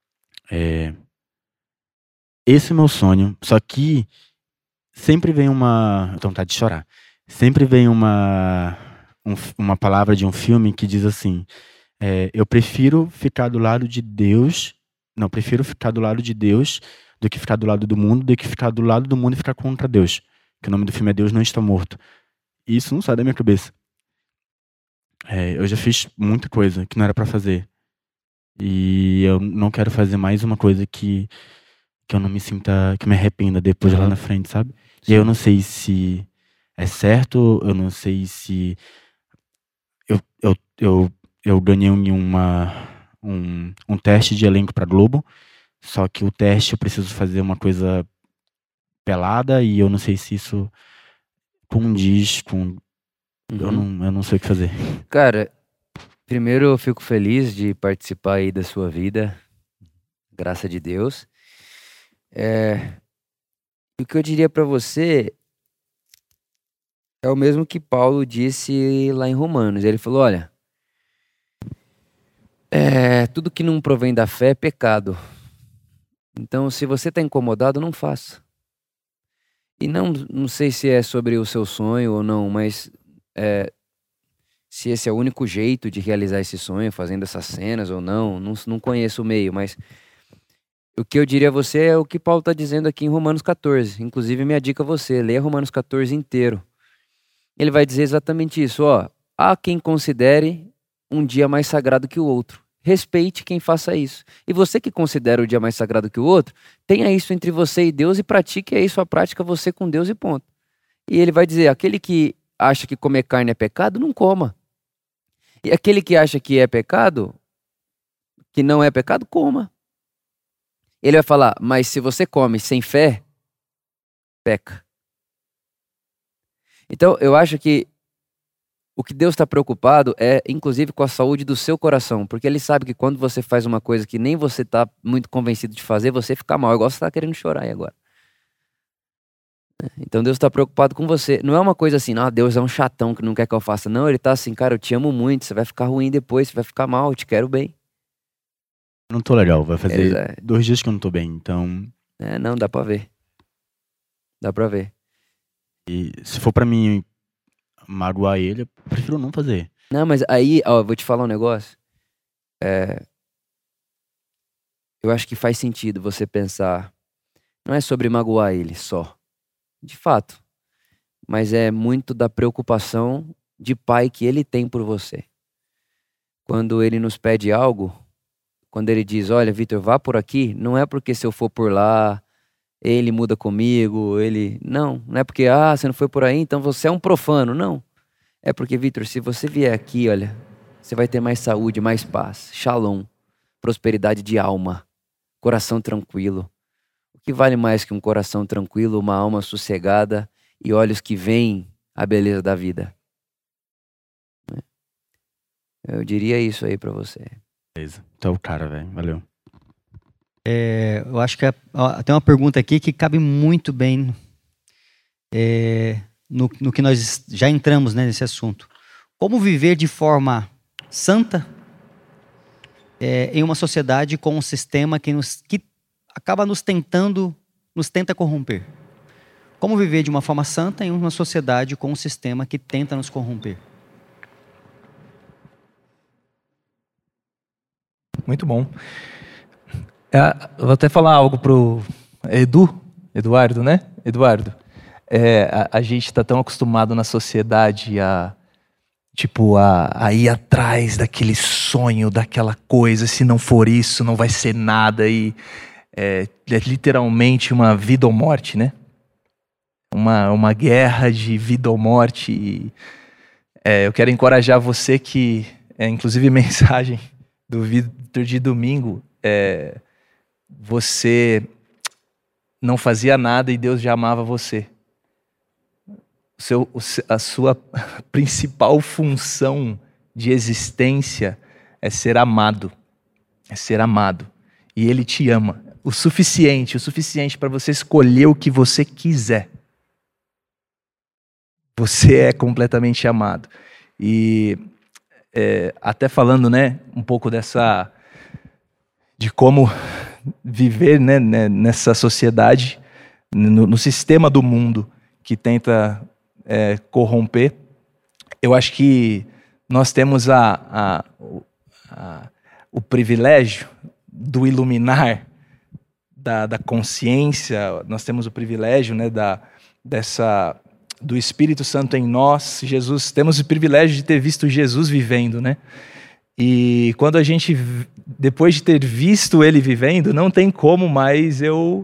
esse é o meu sonho. Só que sempre vem uma... Eu tô com vontade de chorar. Sempre vem uma palavra de um filme que diz assim, eu prefiro ficar do lado de Deus, não, prefiro ficar do lado de Deus do que ficar do lado do mundo, do que ficar do lado do mundo e ficar contra Deus. Que o nome do filme é Deus Não Está Morto. E isso não sai da minha cabeça. Eu já fiz muita coisa que não era pra fazer. E eu não quero fazer mais uma coisa que eu não me sinta, que me arrependa depois lá na frente, sabe? E eu não sei se é certo, eu não sei se eu ganhei um teste de elenco pra Globo, só que o teste eu preciso fazer uma coisa pelada e eu não sei se isso condiz com... Eu não sei o que fazer. Cara, primeiro eu fico feliz de participar aí da sua vida, graças de Deus. O que eu diria pra você é o mesmo que Paulo disse lá em Romanos. Ele falou, olha, tudo que não provém da fé é pecado. Então, se você está incomodado, não faça. E não sei se é sobre o seu sonho ou não, mas se esse é o único jeito de realizar esse sonho, fazendo essas cenas ou não conheço o meio, mas o que eu diria a você é o que Paulo está dizendo aqui em Romanos 14. Inclusive, minha dica a você, leia Romanos 14 inteiro. Ele vai dizer exatamente isso, ó. Há quem considere um dia mais sagrado que o outro. Respeite quem faça isso. E você que considera o dia mais sagrado que o outro, tenha isso entre você e Deus e pratique isso, a prática você com Deus e ponto. E ele vai dizer, aquele que acha que comer carne é pecado, não coma. E aquele que acha que é pecado, que não é pecado, coma. Ele vai falar, mas se você come sem fé, peca. Então, eu acho que o que Deus está preocupado é, inclusive, com a saúde do seu coração. Porque Ele sabe que quando você faz uma coisa que nem você está muito convencido de fazer, você fica mal. Igual você está querendo chorar aí agora. Então, Deus está preocupado com você. Não é uma coisa assim, Deus é um chatão que não quer que eu faça. Não, Ele está assim, cara, eu te amo muito. Você vai ficar ruim depois, você vai ficar mal, eu te quero bem. Não tô legal, vai fazer 2 dias que eu não tô bem, então... Não, dá pra ver. Dá pra ver. E se for pra mim magoar ele, eu prefiro não fazer. Não, mas aí, ó, eu vou te falar um negócio. Eu acho que faz sentido você pensar, não é sobre magoar ele só, de fato, mas é muito da preocupação de pai que ele tem por você. Quando ele nos pede algo, quando ele diz, olha, Vitor, vá por aqui, não é porque se eu for por lá, ele muda comigo, ele... Não é porque, você não foi por aí, então você é um profano. Não. É porque, Vitor, se você vier aqui, olha, você vai ter mais saúde, mais paz, shalom, prosperidade de alma, coração tranquilo. O que vale mais que um coração tranquilo, uma alma sossegada e olhos que veem a beleza da vida? Eu diria isso aí pra você. Beleza. Então, o cara, velho. Valeu. Eu acho que tem uma pergunta aqui que cabe muito bem no que nós já entramos, né, nesse assunto. Como viver de forma santa em uma sociedade com um sistema que acaba nos tenta corromper? Como viver de uma forma santa em uma sociedade com um sistema que tenta nos corromper? Muito bom. Eu vou até falar algo pro Eduardo, né? Eduardo, a gente está tão acostumado na sociedade a ir atrás daquele sonho, daquela coisa. Se não for isso, não vai ser nada. E é literalmente uma vida ou morte, né? Uma guerra de vida ou morte. E, eu quero encorajar você que, inclusive mensagem do Vitor de domingo, você não fazia nada e Deus já amava você. A sua principal função de existência é ser amado. É ser amado. E Ele te ama. O suficiente para você escolher o que você quiser. Você é completamente amado. E até falando, né, um pouco de como viver, né, nessa sociedade, no sistema do mundo que tenta corromper, eu acho que nós temos o privilégio do iluminar da consciência, nós temos o privilégio, né, do Espírito Santo em nós, Jesus, temos o privilégio de ter visto Jesus vivendo, né? E quando a gente, depois de ter visto Ele vivendo, não tem como mais eu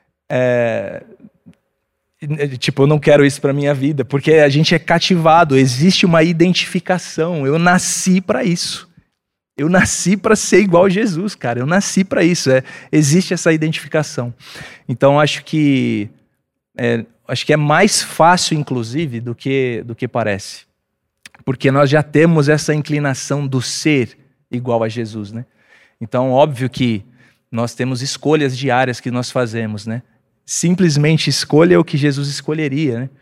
não quero isso para minha vida, porque a gente é cativado, existe uma identificação. Eu nasci para isso. Eu nasci para ser igual a Jesus, cara. Eu nasci para isso. Existe essa identificação. Então acho que é mais fácil, inclusive, do que parece. Porque nós já temos essa inclinação do ser igual a Jesus, né? Então, óbvio que nós temos escolhas diárias que nós fazemos, né? Simplesmente escolha o que Jesus escolheria, né?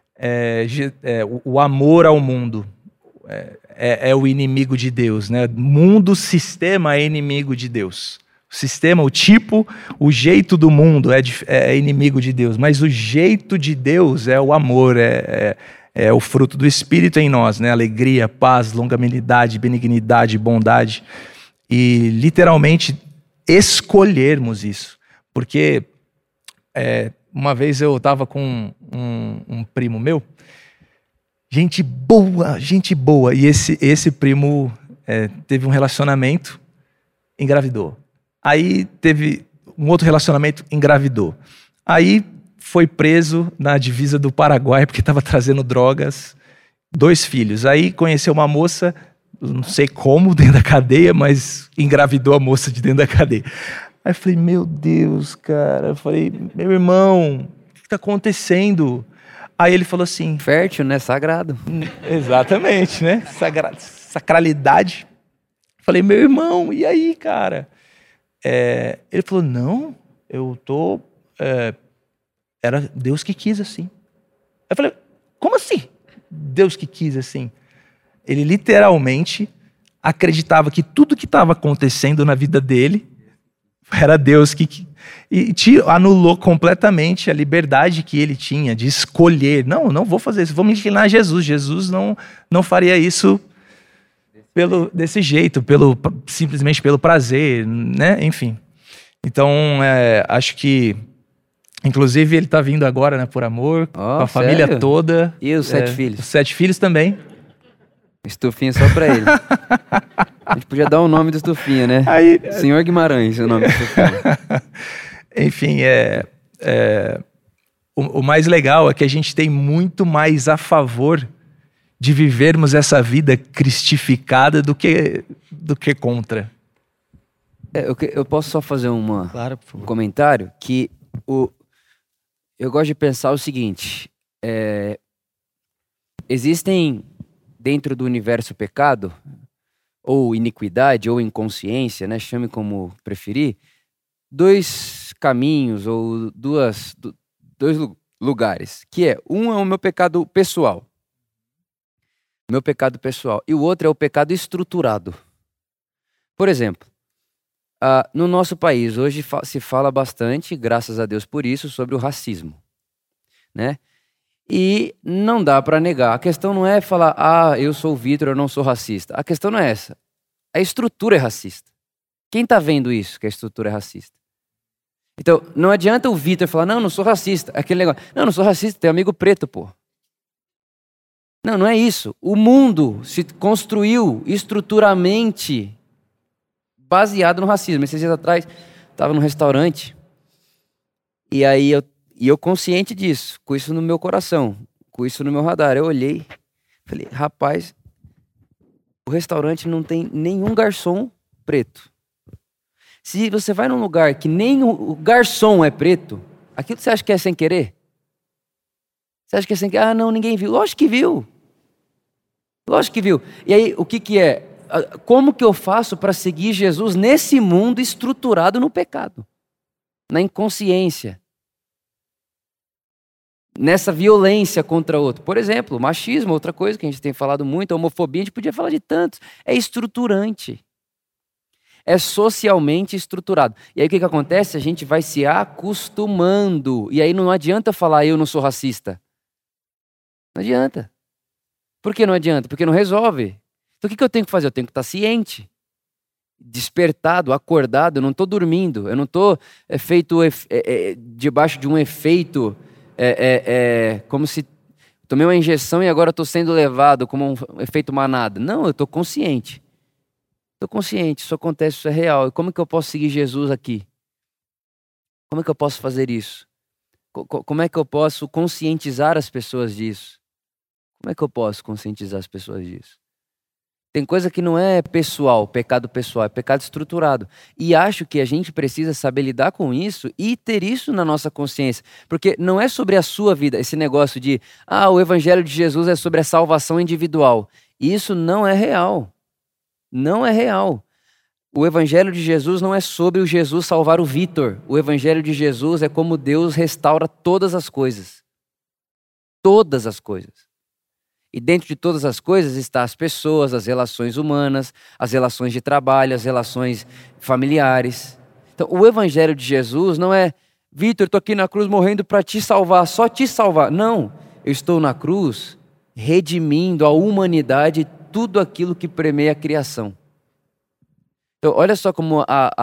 O amor ao mundo é o inimigo de Deus, né? Mundo, sistema é inimigo de Deus. O sistema, o tipo, o jeito do mundo é inimigo de Deus, mas o jeito de Deus é o amor, é o fruto do Espírito em nós, né? Alegria, paz, longanimidade, benignidade, bondade. E literalmente escolhermos isso. Porque uma vez eu estava com um primo meu, gente boa, e esse primo teve um relacionamento, engravidou. Aí teve um outro relacionamento, engravidou. Aí foi preso na divisa do Paraguai porque estava trazendo drogas, 2 filhos. Aí conheceu uma moça, não sei como, dentro da cadeia, mas engravidou a moça de dentro da cadeia. Aí eu falei, meu Deus, cara. Eu falei, meu irmão, o que está acontecendo? Aí ele falou assim... Fértil, né? Sagrado. Exatamente, né? Sacralidade. Falei, meu irmão, e aí, cara? Ele falou, não, eu tô... era Deus que quis assim. Eu falei, como assim? Deus que quis assim? Ele literalmente acreditava que tudo que estava acontecendo na vida dele era Deus que... E anulou completamente a liberdade que ele tinha de escolher. Não vou fazer isso, vou me inclinar a Jesus. Jesus não faria isso desse jeito, simplesmente pelo prazer, né? Enfim. Então, acho que, inclusive, ele está vindo agora, né, por amor, com a família toda. E os 7 filhos? Os 7 filhos também. Estufinha só pra ele. A gente podia dar o nome do Estufinha, né? Senhor Guimarães, o nome do Estufinha. Enfim, o mais legal é que a gente tem muito mais a favor de vivermos essa vida cristificada do que contra. Eu posso só fazer Claro, por um favor. comentário que eu gosto de pensar o seguinte: existem dentro do universo pecado, ou iniquidade, ou inconsciência, né? Chame como preferir, dois caminhos ou dois lugares, que um é o meu pecado pessoal, e o outro é o pecado estruturado. Por exemplo, no nosso país hoje se fala bastante, graças a Deus por isso, sobre o racismo, né? E não dá para negar. A questão não é falar, eu sou o Vitor, eu não sou racista. A questão não é essa. A estrutura é racista. Quem está vendo isso, que a estrutura é racista? Então, não adianta o Vitor falar, não sou racista. Aquele negócio, não sou racista, tem amigo preto, pô. Não é isso. O mundo se construiu estruturalmente baseado no racismo. Esses dias atrás, estava num restaurante, e aí eu consciente disso, com isso no meu coração, com isso no meu radar. Eu olhei, falei, rapaz, o restaurante não tem nenhum garçom preto. Se você vai num lugar que nem o garçom é preto, aquilo você acha que é sem querer? Você acha que é sem querer? Não, ninguém viu. Lógico que viu. Lógico que viu. E aí, o que é? Como que eu faço para seguir Jesus nesse mundo estruturado no pecado? Na inconsciência? Nessa violência contra outro. Por exemplo, machismo, outra coisa que a gente tem falado muito, a homofobia, a gente podia falar de tantos. É estruturante. É socialmente estruturado. E aí o que acontece? A gente vai se acostumando. E aí não adianta falar, eu não sou racista. Não adianta. Por que não adianta? Porque não resolve. Então o que eu tenho que fazer? Eu tenho que estar ciente, despertado, acordado. Eu não estou dormindo. Eu não estou feito debaixo de um efeito... como se tomei uma injeção e agora estou sendo levado como um efeito manada. Não, eu estou consciente. Estou consciente, isso acontece, isso é real. E como que eu posso seguir Jesus aqui? Como é que eu posso fazer isso? Como é que eu posso conscientizar as pessoas disso? Como é que eu posso conscientizar as pessoas disso? Tem coisa que não é pessoal, pecado pessoal, é pecado estruturado. E acho que a gente precisa saber lidar com isso e ter isso na nossa consciência. Porque não é sobre a sua vida, esse negócio de, o evangelho de Jesus é sobre a salvação individual. Isso não é real. Não é real. O evangelho de Jesus não é sobre o Jesus salvar o Vitor. O evangelho de Jesus é como Deus restaura todas as coisas. Todas as coisas. E dentro de todas as coisas está as pessoas, as relações humanas, as relações de trabalho, as relações familiares. Então, o evangelho de Jesus não é, Vitor, estou aqui na cruz morrendo para te salvar, só te salvar. Não, eu estou na cruz redimindo a humanidade tudo aquilo que permeia a criação. Então, olha só como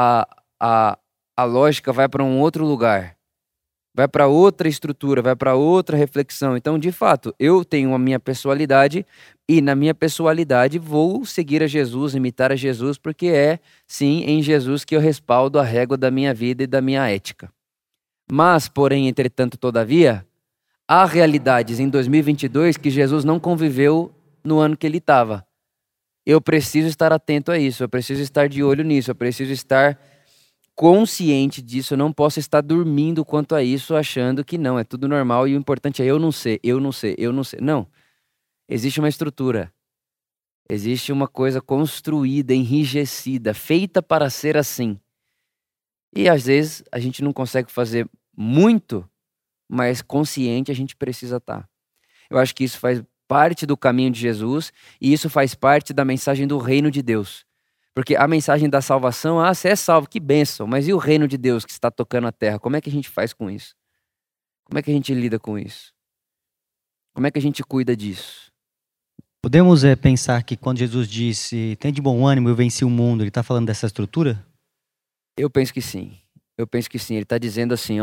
a lógica vai para um outro lugar. Vai para outra estrutura, vai para outra reflexão. Então, de fato, eu tenho a minha pessoalidade e na minha pessoalidade vou seguir a Jesus, imitar a Jesus, porque é, sim, em Jesus que eu respaldo a régua da minha vida e da minha ética. Mas, porém, entretanto, todavia, há realidades em 2022 que Jesus não conviveu no ano que ele estava. Eu preciso estar atento a isso, eu preciso estar de olho nisso, eu preciso estar consciente disso, eu não posso estar dormindo quanto a isso, achando que não, é tudo normal e o importante é eu não sei. Não, existe uma estrutura, existe uma coisa construída, enrijecida, feita para ser assim. E às vezes a gente não consegue fazer muito, mas consciente a gente precisa estar. Eu acho que isso faz parte do caminho de Jesus e isso faz parte da mensagem do reino de Deus. Porque a mensagem da salvação, você é salvo, que bênção, mas e o reino de Deus que está tocando a terra? Como é que a gente faz com isso? Como é que a gente lida com isso? Como é que a gente cuida disso? Podemos pensar que quando Jesus disse, tem de bom ânimo, eu venci o mundo, ele está falando dessa estrutura? Eu penso que sim. Ele está dizendo assim,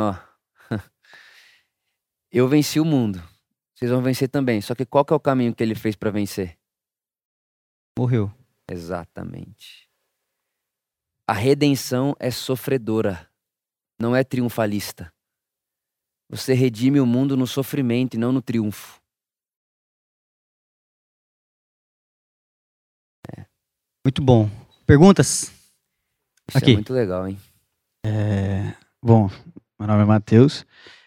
eu venci o mundo. Vocês vão vencer também. Só que qual que é o caminho que ele fez para vencer? Morreu. Exatamente. A redenção é sofredora, não é triunfalista. Você redime o mundo no sofrimento e não no triunfo. Muito bom. Perguntas? Isso Aqui. é muito legal, hein? Bom, meu nome é Matheus.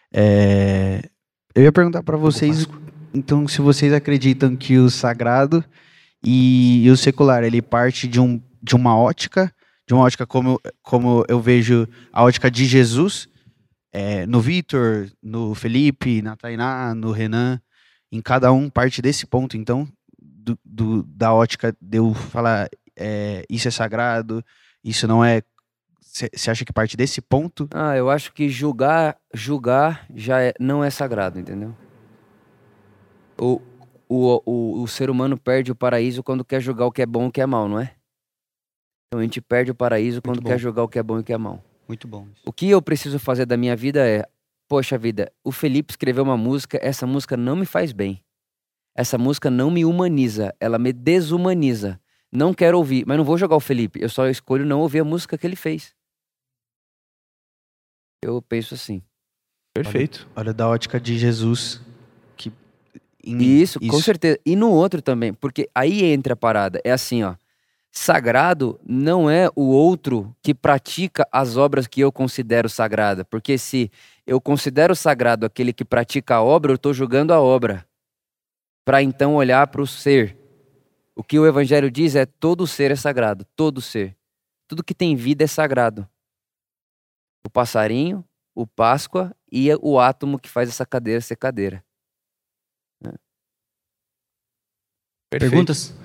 Eu ia perguntar para vocês, então, se vocês acreditam que o sagrado e o secular, ele parte de uma ótica como eu vejo a ótica de Jesus, no Vitor, no Felipe, na Tainá, no Renan, em cada um parte desse ponto, então, da ótica de eu falar isso é sagrado, isso não é. Você acha que parte desse ponto? Eu acho que julgar já não é sagrado, entendeu? O ser humano perde o paraíso quando quer julgar o que é bom e o que é mal, não é? Então a gente perde o paraíso quando quer julgar o que é bom e o que é mal. Muito bom. O que eu preciso fazer da minha vida é, poxa vida, o Felipe escreveu uma música, essa música não me faz bem. Essa música não me humaniza, ela me desumaniza. Não quero ouvir, mas não vou jogar o Felipe, eu só escolho não ouvir a música que ele fez. Eu penso assim. Perfeito. Olha da ótica de Jesus. Isso, com certeza. E no outro também, porque aí entra a parada. É assim, ó. Sagrado não é o outro que pratica as obras que eu considero sagrada. Porque se eu considero sagrado aquele que pratica a obra, eu estou julgando a obra. Para então olhar para o ser. O que o Evangelho diz é todo ser é sagrado. Todo ser. Tudo que tem vida é sagrado. O passarinho, o Páscoa e o átomo que faz essa cadeira ser cadeira. Perfeito. Perguntas?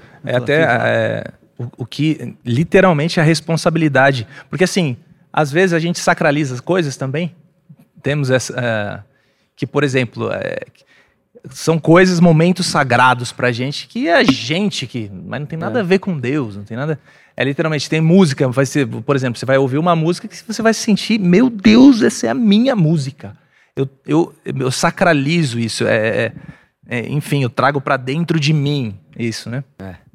O que literalmente é a responsabilidade. Porque assim, às vezes a gente sacraliza as coisas também. Temos essa... que, por exemplo, são coisas, momentos sagrados pra gente, que é a gente que... Mas não tem nada a ver com Deus, não tem nada... literalmente, tem música, vai ser, por exemplo, você vai ouvir uma música que você vai se sentir, meu Deus, essa é a minha música. Eu sacralizo isso, enfim, eu trago pra dentro de mim isso, né?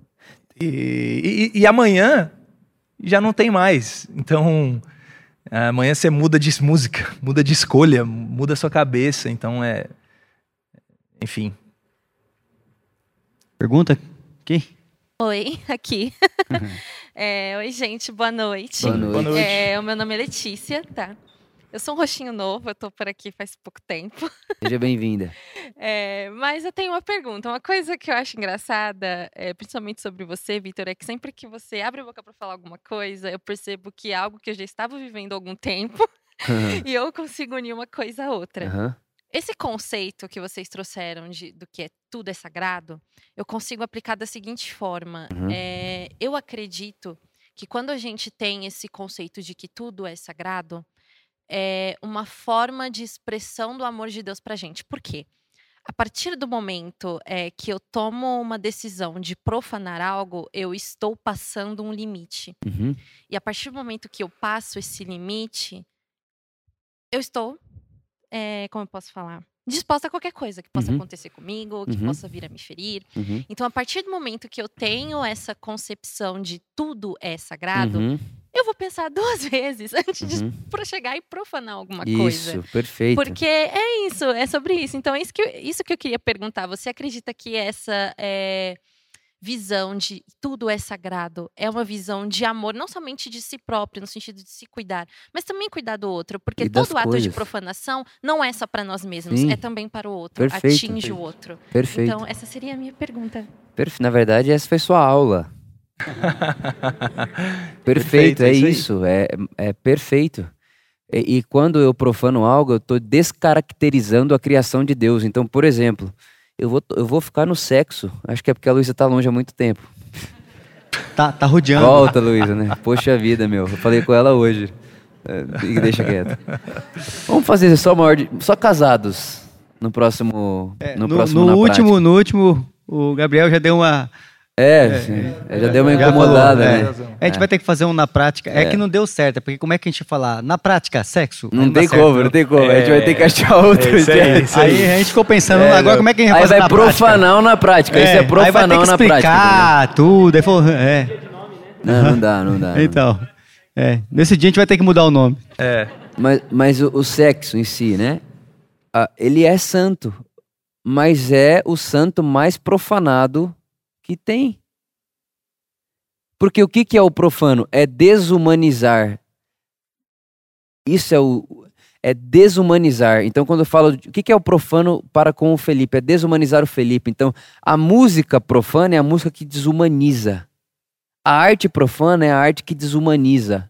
E amanhã já não tem mais. Então, amanhã você muda de música, muda de escolha, muda a sua cabeça. Então, enfim. Pergunta? Aqui? Oi, aqui. Oi, gente, boa noite. Boa noite. Boa noite. O meu nome é Letícia, tá? Eu sou um rostinho novo, eu tô por aqui faz pouco tempo. Seja bem-vinda. Mas eu tenho uma pergunta. Uma coisa que eu acho engraçada, principalmente sobre você, Vitor, é que sempre que você abre a boca para falar alguma coisa, eu percebo que é algo que eu já estava vivendo há algum tempo e eu consigo unir uma coisa a outra. Esse conceito que vocês trouxeram do que tudo é sagrado, eu consigo aplicar da seguinte forma. Eu acredito que quando a gente tem esse conceito de que tudo é sagrado, é uma forma de expressão do amor de Deus pra gente. Por quê? A partir do momento que eu tomo uma decisão de profanar algo, eu estou passando um limite. E a partir do momento que eu passo esse limite, eu estou, como eu posso falar? Disposta a qualquer coisa que possa acontecer comigo, que possa vir a me ferir. Então, a partir do momento que eu tenho essa concepção de tudo é sagrado, eu vou pensar 2 vezes antes de chegar e profanar alguma coisa. Isso, perfeito. Porque é isso, é sobre isso. Então, isso que eu queria perguntar. Você acredita que essa visão de tudo é sagrado é uma visão de amor, não somente de si próprio, no sentido de se cuidar, mas também cuidar do outro? Porque todo ato de profanação não é só para nós mesmos, é também para o outro, atinge o outro. Perfeito. Então, essa seria a minha pergunta. Na verdade, essa foi sua aula. Perfeito, é isso. É perfeito. E quando eu profano algo, eu estou descaracterizando a criação de Deus. Então, por exemplo, eu vou ficar no sexo. Acho que é porque a Luísa está longe há muito tempo. Tá rodeando. Volta, Luísa, né? Poxa vida, meu. Eu falei com ela hoje. Deixa quieto. Vamos fazer só casados no próximo. No último, o Gabriel já deu uma. Já deu uma incomodada, né? A gente vai ter que fazer um na prática. É que não deu certo, porque como é que a gente ia falar? Na prática, sexo? Não tem como. A gente vai ter que achar outro. Aí a gente ficou pensando, agora como é que a gente vai fazer na prática? Aí vai profanar na prática. Isso é profanar na prática. Aí vai ter que explicar tudo. Aí falou, Não dá. Então, nesse dia a gente vai ter que mudar o nome. Mas o sexo em si, né? ele é santo, mas é o santo mais profanado que tem. Porque o que é o profano? É desumanizar. Isso é desumanizar. Então, quando eu falo o que é o profano para com o Felipe, é desumanizar o Felipe. Então, a música profana é a música que desumaniza. A arte profana é a arte que desumaniza.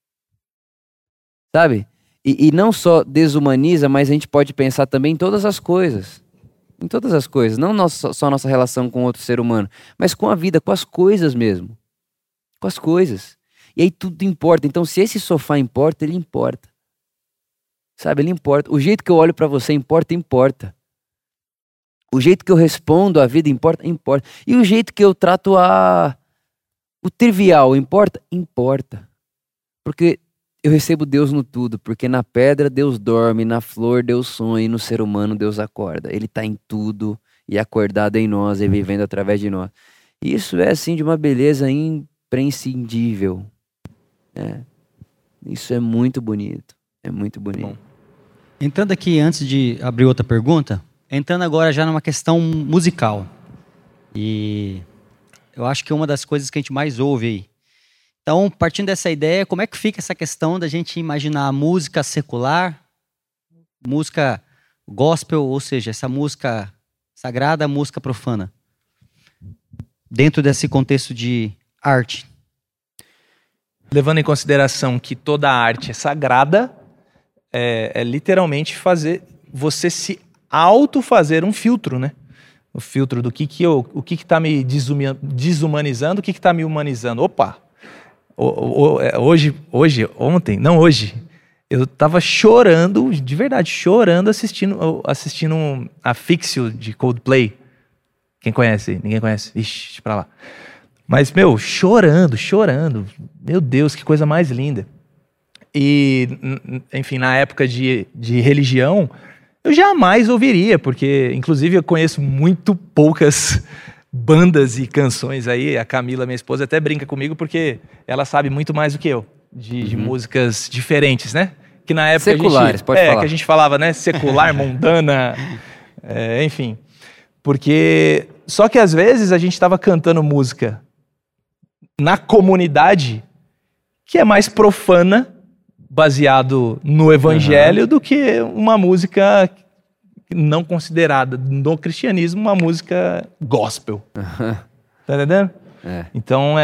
Sabe? E não só desumaniza, mas a gente pode pensar também em todas as coisas. Em todas as coisas. Não só a nossa relação com outro ser humano, mas com a vida, com as coisas mesmo. Com as coisas. E aí tudo importa. Então, se esse sofá importa, ele importa. Sabe, ele importa. O jeito que eu olho pra você importa. O jeito que eu respondo à vida importa. E o jeito que eu trato o trivial importa? Importa. Porque eu recebo Deus no tudo. Porque na pedra Deus dorme, na flor Deus sonha e no ser humano Deus acorda. Ele tá em tudo e acordado em nós e vivendo através de nós. E isso é assim de uma beleza imprescindível. Isso é muito bonito. É muito bonito. Bom. Entrando aqui, antes de abrir outra pergunta, entrando agora já numa questão musical. E eu acho que é uma das coisas que a gente mais ouve aí. Então, partindo dessa ideia, como é que fica essa questão da gente imaginar a música secular, música gospel, ou seja, essa música sagrada, música profana, dentro desse contexto de arte? Levando em consideração que toda arte é sagrada, é literalmente você se auto-fazer um filtro, né? O filtro do que está me desumanizando, o que está me humanizando. Opa! Ontem, eu estava chorando, de verdade, chorando assistindo Asfixio de Coldplay. Quem conhece? Ninguém conhece? Ixi, deixa pra lá. Mas, chorando. Meu Deus, que coisa mais linda. E, enfim, na época de religião, eu jamais ouviria, porque, inclusive, eu conheço muito poucas bandas e canções aí. A Camila, minha esposa, até brinca comigo, porque ela sabe muito mais do que eu, de músicas diferentes, né? Que na época seculares, pode falar. Que a gente falava, né? Secular, mundana, enfim. Porque, só que às vezes a gente estava cantando música na comunidade que é mais profana, baseado no evangelho, do que uma música não considerada no cristianismo uma música gospel. Tá entendendo? Então,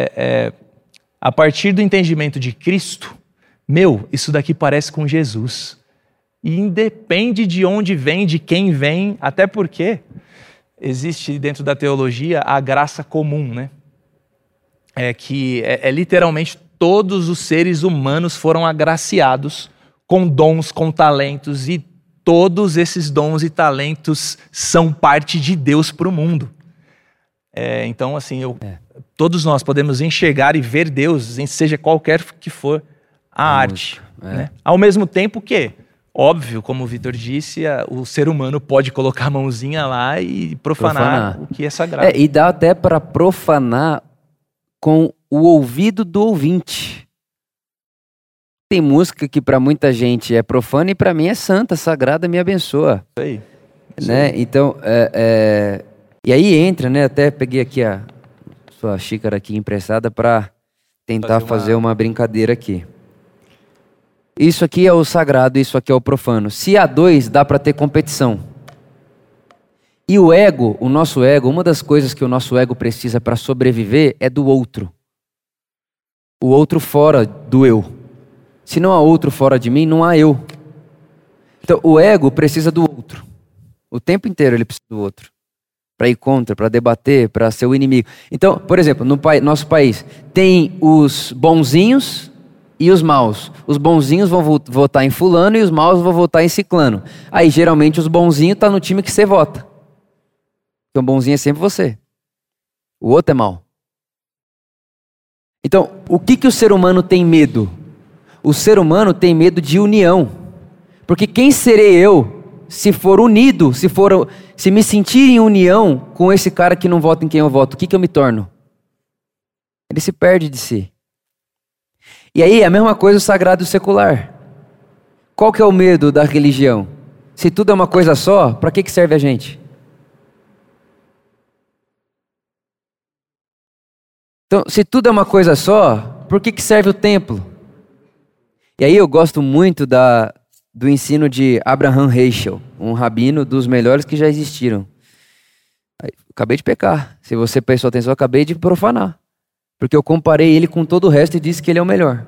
a partir do entendimento de Cristo, isso daqui parece com Jesus. E independe de onde vem, de quem vem, até porque existe dentro da teologia a graça comum, né? Que literalmente todos os seres humanos foram agraciados com dons, com talentos, e todos esses dons e talentos são parte de Deus para o mundo. Então, assim, todos nós podemos enxergar e ver Deus, seja qualquer que for a arte. Né? Ao mesmo tempo que, óbvio, como o Vitor disse, o ser humano pode colocar a mãozinha lá e profanar o que é sagrado. E dá até para profanar com o ouvido do ouvinte. Tem música que para muita gente é profana e para mim é santa, sagrada, me abençoa. Isso aí. Né? Então, e aí entra, né? Até peguei aqui a sua xícara aqui emprestada para tentar fazer uma brincadeira aqui. Isso aqui é o sagrado, isso aqui é o profano. Se há dois, dá para ter competição. E o ego, o nosso ego, uma das coisas que o nosso ego precisa para sobreviver é do outro. O outro fora do eu. Se não há outro fora de mim, não há eu. Então, o ego precisa do outro. O tempo inteiro ele precisa do outro. Para ir contra, para debater, para ser o inimigo. Então, por exemplo, no nosso país, tem os bonzinhos e os maus. Os bonzinhos vão votar em fulano e os maus vão votar em ciclano. Aí, geralmente, os bonzinhos estão no time que você vota. Então, bonzinho é sempre você. O outro é mau. Então, o que o ser humano tem medo? O ser humano tem medo de união. Porque quem serei eu se for unido, se me sentir em união com esse cara que não vota em quem eu voto? O que eu me torno? Ele se perde de si. E aí, a mesma coisa o sagrado e o secular. Qual que é o medo da religião? Se tudo é uma coisa só, para que serve a gente? Então, se tudo é uma coisa só, por que serve o templo? E aí eu gosto muito do ensino de Abraham Heschel, um rabino dos melhores que já existiram. Acabei de pecar. Se você prestou atenção, eu acabei de profanar. Porque eu comparei ele com todo o resto e disse que ele é o melhor.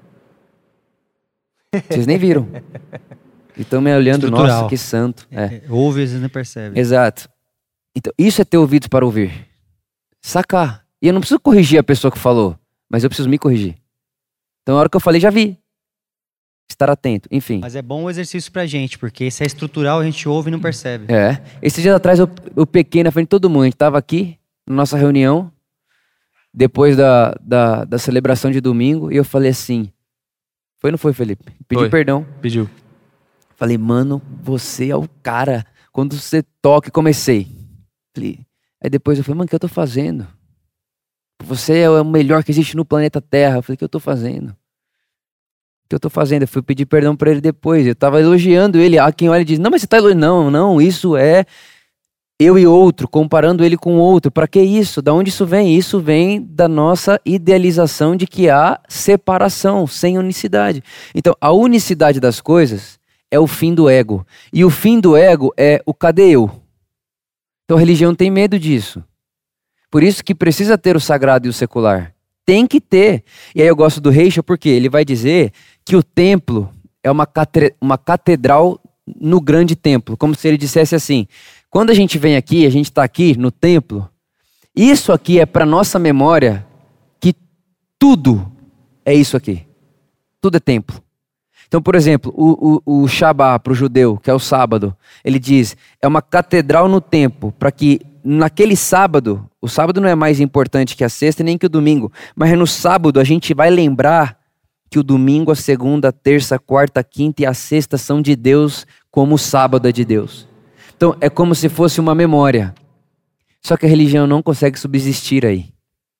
Vocês nem viram. E estão me olhando, nossa, que santo. Ouve, às vezes não percebe. Exato. Então, isso é ter ouvidos para ouvir. Sacar. E eu não preciso corrigir a pessoa que falou, mas eu preciso me corrigir. Então, na hora que eu falei, já vi. Estar atento, enfim. Mas é bom o exercício pra gente, porque se é estrutural, a gente ouve e não percebe. Esses dias atrás eu pequei na frente de todo mundo. A gente estava aqui, na nossa reunião, depois da celebração de domingo, e eu falei assim, foi ou não foi, Felipe? Pedi perdão. Pediu. Falei, mano, você é o cara. Quando você toca, comecei. Aí depois eu falei, mano, o que eu tô fazendo? Você é o melhor que existe no planeta Terra. Eu falei, o que eu tô fazendo? Que eu tô fazendo? Eu fui pedir perdão pra ele depois. Eu tava elogiando ele. Quem olha e diz, não, mas você tá elogiando. Não, isso é eu e outro, comparando ele com outro. Pra que isso? Da onde isso vem? Isso vem da nossa idealização de que há separação, sem unicidade. Então, a unicidade das coisas é o fim do ego. E o fim do ego é o cadê eu? Então, a religião tem medo disso. Por isso que precisa ter o sagrado e o secular. Tem que ter. E aí eu gosto do Heschel porque ele vai dizer que o templo é uma catedral no grande templo. Como se ele dissesse assim, quando a gente vem aqui, a gente está aqui no templo, isso aqui é para nossa memória que tudo é isso aqui. Tudo é templo. Então, por exemplo, o Shabá para o judeu, que é o sábado, ele diz, é uma catedral no templo, para que naquele sábado, o sábado não é mais importante que a sexta nem que o domingo, mas no sábado a gente vai lembrar que o domingo, a segunda, a terça, a quarta, a quinta e a sexta são de Deus como o sábado é de Deus. Então é como se fosse uma memória. Só que a religião não consegue subsistir aí.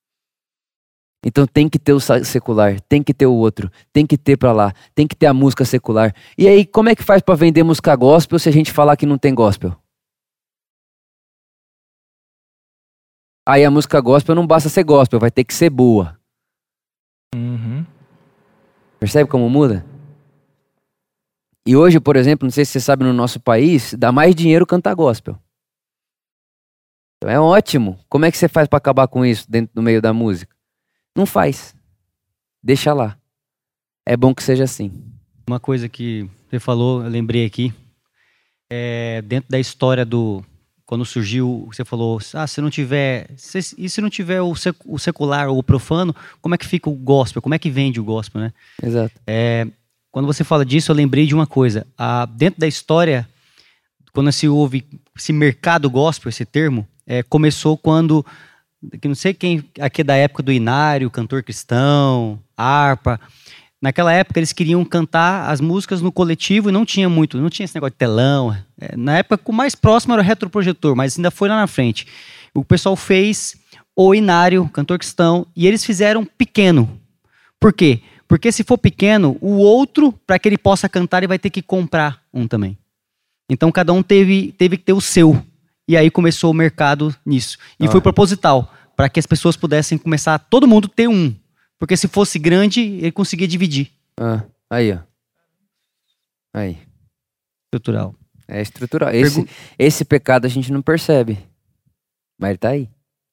Então tem que ter o secular, tem que ter o outro, tem que ter pra lá, tem que ter a música secular. E aí como é que faz pra vender música gospel se a gente falar que não tem gospel? Aí a música gospel não basta ser gospel, vai ter que ser boa. Uhum. Percebe como muda? E hoje, por exemplo, não sei se você sabe, no nosso país, dá mais dinheiro cantar gospel. Então é ótimo. Como é que você faz para acabar com isso dentro do meio da música? Não faz. Deixa lá. É bom que seja assim. Uma coisa que você falou, eu lembrei aqui, dentro da história quando surgiu, você falou, se não tiver o secular ou o profano, como é que fica o gospel? Como é que vende o gospel, né? Exato. Quando você fala disso, eu lembrei de uma coisa. Dentro da história, quando se houve esse mercado gospel, esse termo, começou quando, que não sei quem, aqui da época do Inário, cantor cristão, harpa. Naquela época eles queriam cantar as músicas no coletivo e não tinha esse negócio de telão. Na época o mais próximo era o retroprojetor, mas ainda foi lá na frente. O pessoal fez o Inário, cantor cristão, e eles fizeram pequeno. Por quê? Porque se for pequeno, o outro, para que ele possa cantar, ele vai ter que comprar um também. Então cada um teve que ter o seu. E aí começou o mercado nisso. E foi proposital, para que as pessoas pudessem começar, todo mundo ter um. Porque se fosse grande, ele conseguia dividir. Aí, ó. Aí. Estrutural. É estrutural. Esse pecado a gente não percebe. Mas ele tá aí.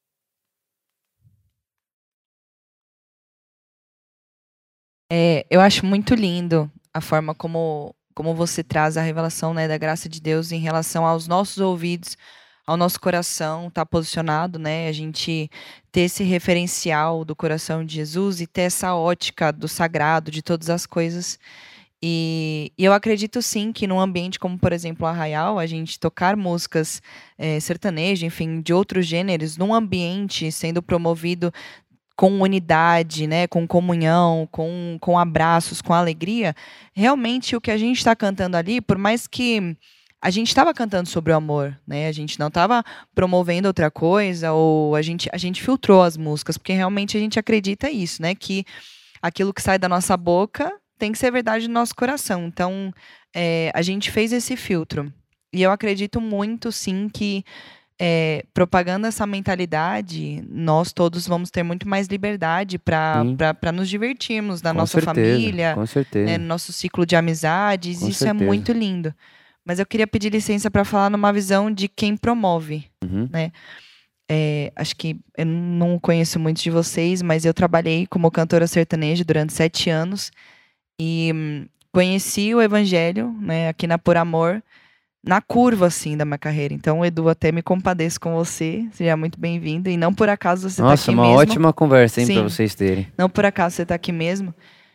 Eu acho muito lindo a forma como você traz a revelação, né, da graça de Deus em relação aos nossos ouvidos, ao nosso coração estar posicionado, né? A gente ter esse referencial do coração de Jesus e ter essa ótica do sagrado, de todas as coisas. E eu acredito sim que num ambiente como, por exemplo, o Arraial, a gente tocar músicas sertanejas, enfim, de outros gêneros, num ambiente sendo promovido com unidade, né, com comunhão, com abraços, com alegria, realmente o que a gente está cantando ali, por mais que a gente estava cantando sobre o amor, né? A gente não estava promovendo outra coisa, ou a gente filtrou as músicas, porque realmente a gente acredita isso, né? Que aquilo que sai da nossa boca tem que ser verdade no nosso coração. Então, a gente fez esse filtro. E eu acredito muito, sim, que propagando essa mentalidade, nós todos vamos ter muito mais liberdade para nos divertirmos na nossa família, com certeza. No nosso ciclo de amizades. Com Isso certeza. é muito lindo. Mas eu queria pedir licença para falar numa visão de quem promove, né? Acho que eu não conheço muitos de vocês, mas eu trabalhei como cantora sertaneja durante 7 anos e conheci o evangelho, né, aqui na Por Amor, na curva, assim, da minha carreira. Então, Edu, até me compadeço com você. Seja muito bem-vindo. E não por acaso você está aqui mesmo. Nossa, uma ótima conversa, hein, Sim. para vocês terem. Não por acaso você está aqui mesmo.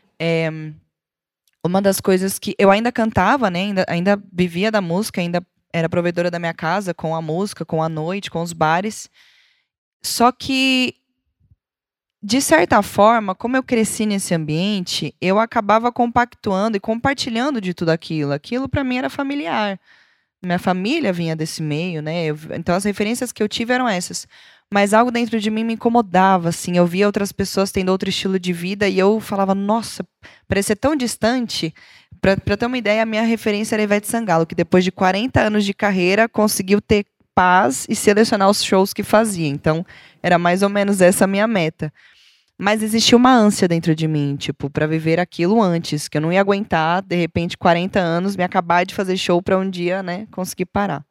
Uma das coisas que eu ainda cantava, né? Ainda vivia da música, ainda era provedora da minha casa com a música, com a noite, com os bares. Só que, de certa forma, como eu cresci nesse ambiente, eu acabava compactuando e compartilhando de tudo aquilo. Aquilo, para mim, era familiar. Minha família vinha desse meio, né? Então, as referências que eu tive eram essas. Mas algo dentro de mim me incomodava, assim. Eu via outras pessoas tendo outro estilo de vida e eu falava, nossa, parecia tão distante. Para ter uma ideia, a minha referência era Ivete Sangalo, que depois de 40 anos de carreira, conseguiu ter paz e selecionar os shows que fazia. Então, era mais ou menos essa a minha meta. Mas existia uma ânsia dentro de mim, tipo, para viver aquilo antes, que eu não ia aguentar, de repente, 40 anos, me acabar de fazer show para um dia, né, conseguir parar.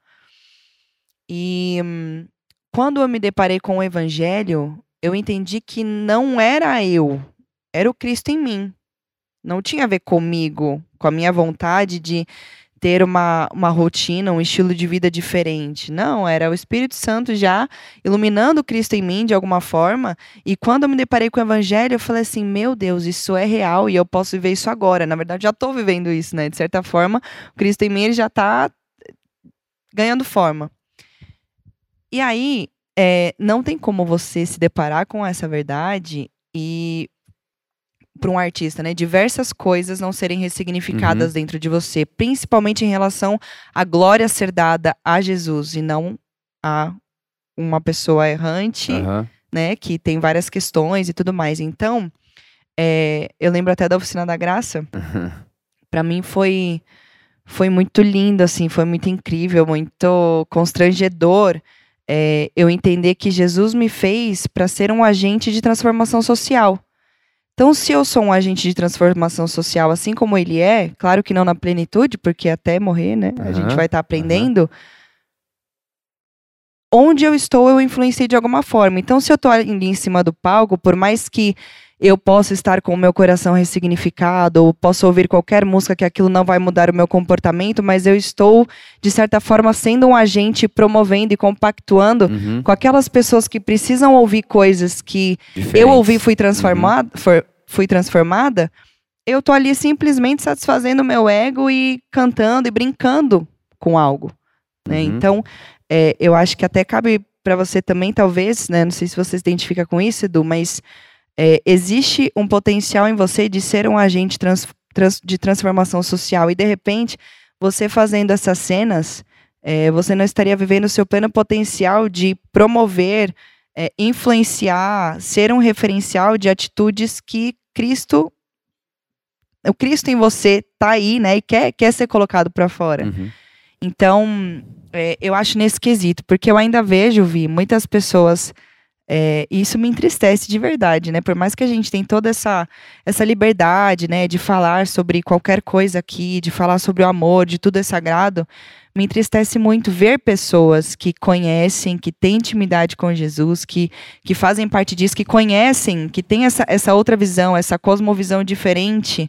E quando eu me deparei com o evangelho, eu entendi que não era eu, era o Cristo em mim. Não tinha a ver comigo, com a minha vontade de ter uma rotina, um estilo de vida diferente. Não, era o Espírito Santo já iluminando o Cristo em mim de alguma forma. E quando eu me deparei com o evangelho, eu falei assim, meu Deus, isso é real e eu posso viver isso agora. Na verdade, já estou vivendo isso, né? De certa forma, o Cristo em mim ele já está ganhando forma. E aí, não tem como você se deparar com essa verdade e, para um artista, né, diversas coisas não serem ressignificadas dentro de você, principalmente em relação à glória ser dada a Jesus e não a uma pessoa errante, né, que tem várias questões e tudo mais. Então, eu lembro até da Oficina da Graça. Para mim foi muito lindo, assim, foi muito incrível, muito constrangedor. Eu entender que Jesus me fez para ser um agente de transformação social. Então, se eu sou um agente de transformação social, assim como ele é, claro que não na plenitude, porque até morrer, né, a gente vai estar aprendendo, onde eu estou, eu influenciei de alguma forma. Então, se eu estou ali em cima do palco, por mais que eu possa estar com o meu coração ressignificado, ou possa ouvir qualquer música que aquilo não vai mudar o meu comportamento, mas eu estou, de certa forma, sendo um agente promovendo e compactuando com aquelas pessoas que precisam ouvir coisas que eu ouvi e fui transformada, eu tô ali simplesmente satisfazendo o meu ego e cantando e brincando com algo, né? Então, eu acho que até cabe para você também, talvez, né? Não sei se você se identifica com isso, Edu, mas existe um potencial em você de ser um agente de transformação social e, de repente, você fazendo essas cenas, você não estaria vivendo o seu pleno potencial de promover, influenciar, ser um referencial de atitudes que o Cristo em você tá aí, né, e quer ser colocado para fora. Então, eu acho nesse quesito, porque eu ainda vi muitas pessoas, e isso me entristece de verdade, né, por mais que a gente tenha toda essa liberdade, né, de falar sobre qualquer coisa aqui, de falar sobre o amor, de tudo é sagrado, me entristece muito ver pessoas que conhecem, que têm intimidade com Jesus, que fazem parte disso, que conhecem, que têm essa outra visão, essa cosmovisão diferente,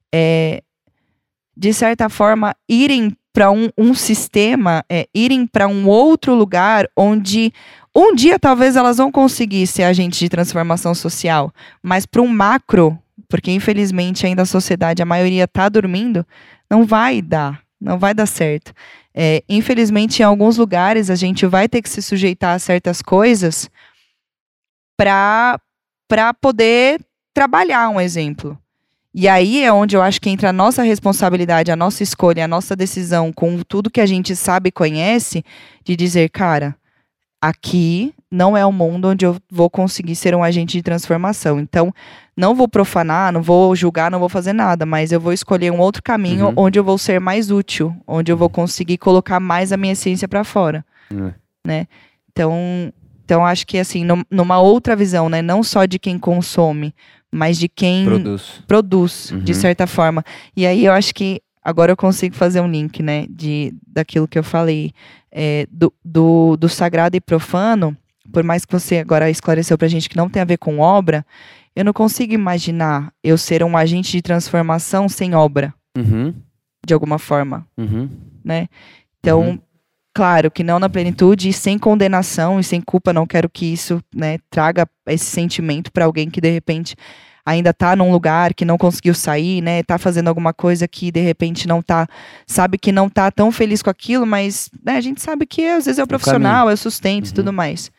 de certa forma, irem para um sistema, irem para um outro lugar onde um dia talvez elas vão conseguir ser agentes de transformação social, mas para um macro, porque infelizmente ainda a sociedade, a maioria está dormindo, não vai dar certo. Infelizmente, em alguns lugares, a gente vai ter que se sujeitar a certas coisas para poder trabalhar um exemplo. E aí é onde eu acho que entra a nossa responsabilidade, a nossa escolha, a nossa decisão, com tudo que a gente sabe e conhece, de dizer, cara, aqui não é o mundo onde eu vou conseguir ser um agente de transformação. Então, não vou profanar, não vou julgar, não vou fazer nada, mas eu vou escolher um outro caminho onde eu vou ser mais útil, onde eu vou conseguir colocar mais a minha essência para fora, né? Então, acho que assim, numa outra visão, né, não só de quem consome, mas de quem produz de certa forma. E aí eu acho que agora eu consigo fazer um link, né, daquilo que eu falei, do sagrado e profano. Por mais que você agora esclareceu pra gente que não tem a ver com obra, eu não consigo imaginar eu ser um agente de transformação sem obra, de alguma forma, né? Então, claro que não na plenitude e sem condenação e sem culpa. Não quero que isso, né, traga esse sentimento para alguém que de repente ainda tá num lugar que não conseguiu sair, né, tá fazendo alguma coisa que de repente não tá, sabe que não tá tão feliz com aquilo, mas, né, a gente sabe que às vezes é o profissional, é o sustento e tudo mais.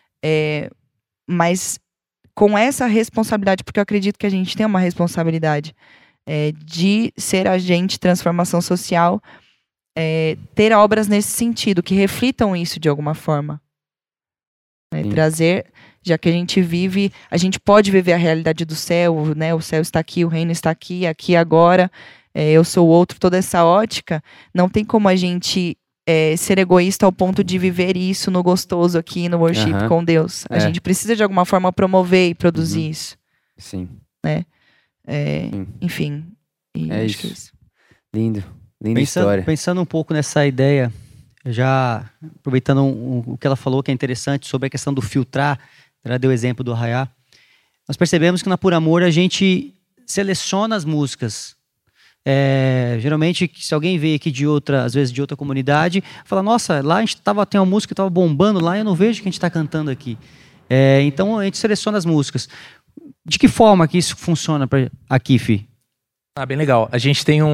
Mas com essa responsabilidade, porque eu acredito que a gente tem uma responsabilidade de ser agente de transformação social, ter obras nesse sentido, que reflitam isso de alguma forma. Trazer, já que a gente vive, a gente pode viver a realidade do céu, né? O céu está aqui, o reino está aqui, aqui agora, eu sou o outro, toda essa ótica, não tem como a gente ser egoísta ao ponto de viver isso no gostoso aqui, no worship com Deus. A gente precisa de alguma forma promover e produzir isso. Sim. Né? Enfim. Acho que é isso. Lindo. Linda história. Pensando um pouco nessa ideia, já aproveitando o que ela falou, que é interessante, sobre a questão do filtrar, ela deu o exemplo do Arraiá. Nós percebemos que na Por Amor a gente seleciona as músicas. Geralmente, se alguém veio aqui às vezes de outra comunidade, fala, nossa, lá a gente tem uma música que estava bombando, lá eu não vejo o que a gente está cantando aqui. Então a gente seleciona as músicas. De que forma que isso funciona aqui, Fih? Bem legal. A gente tem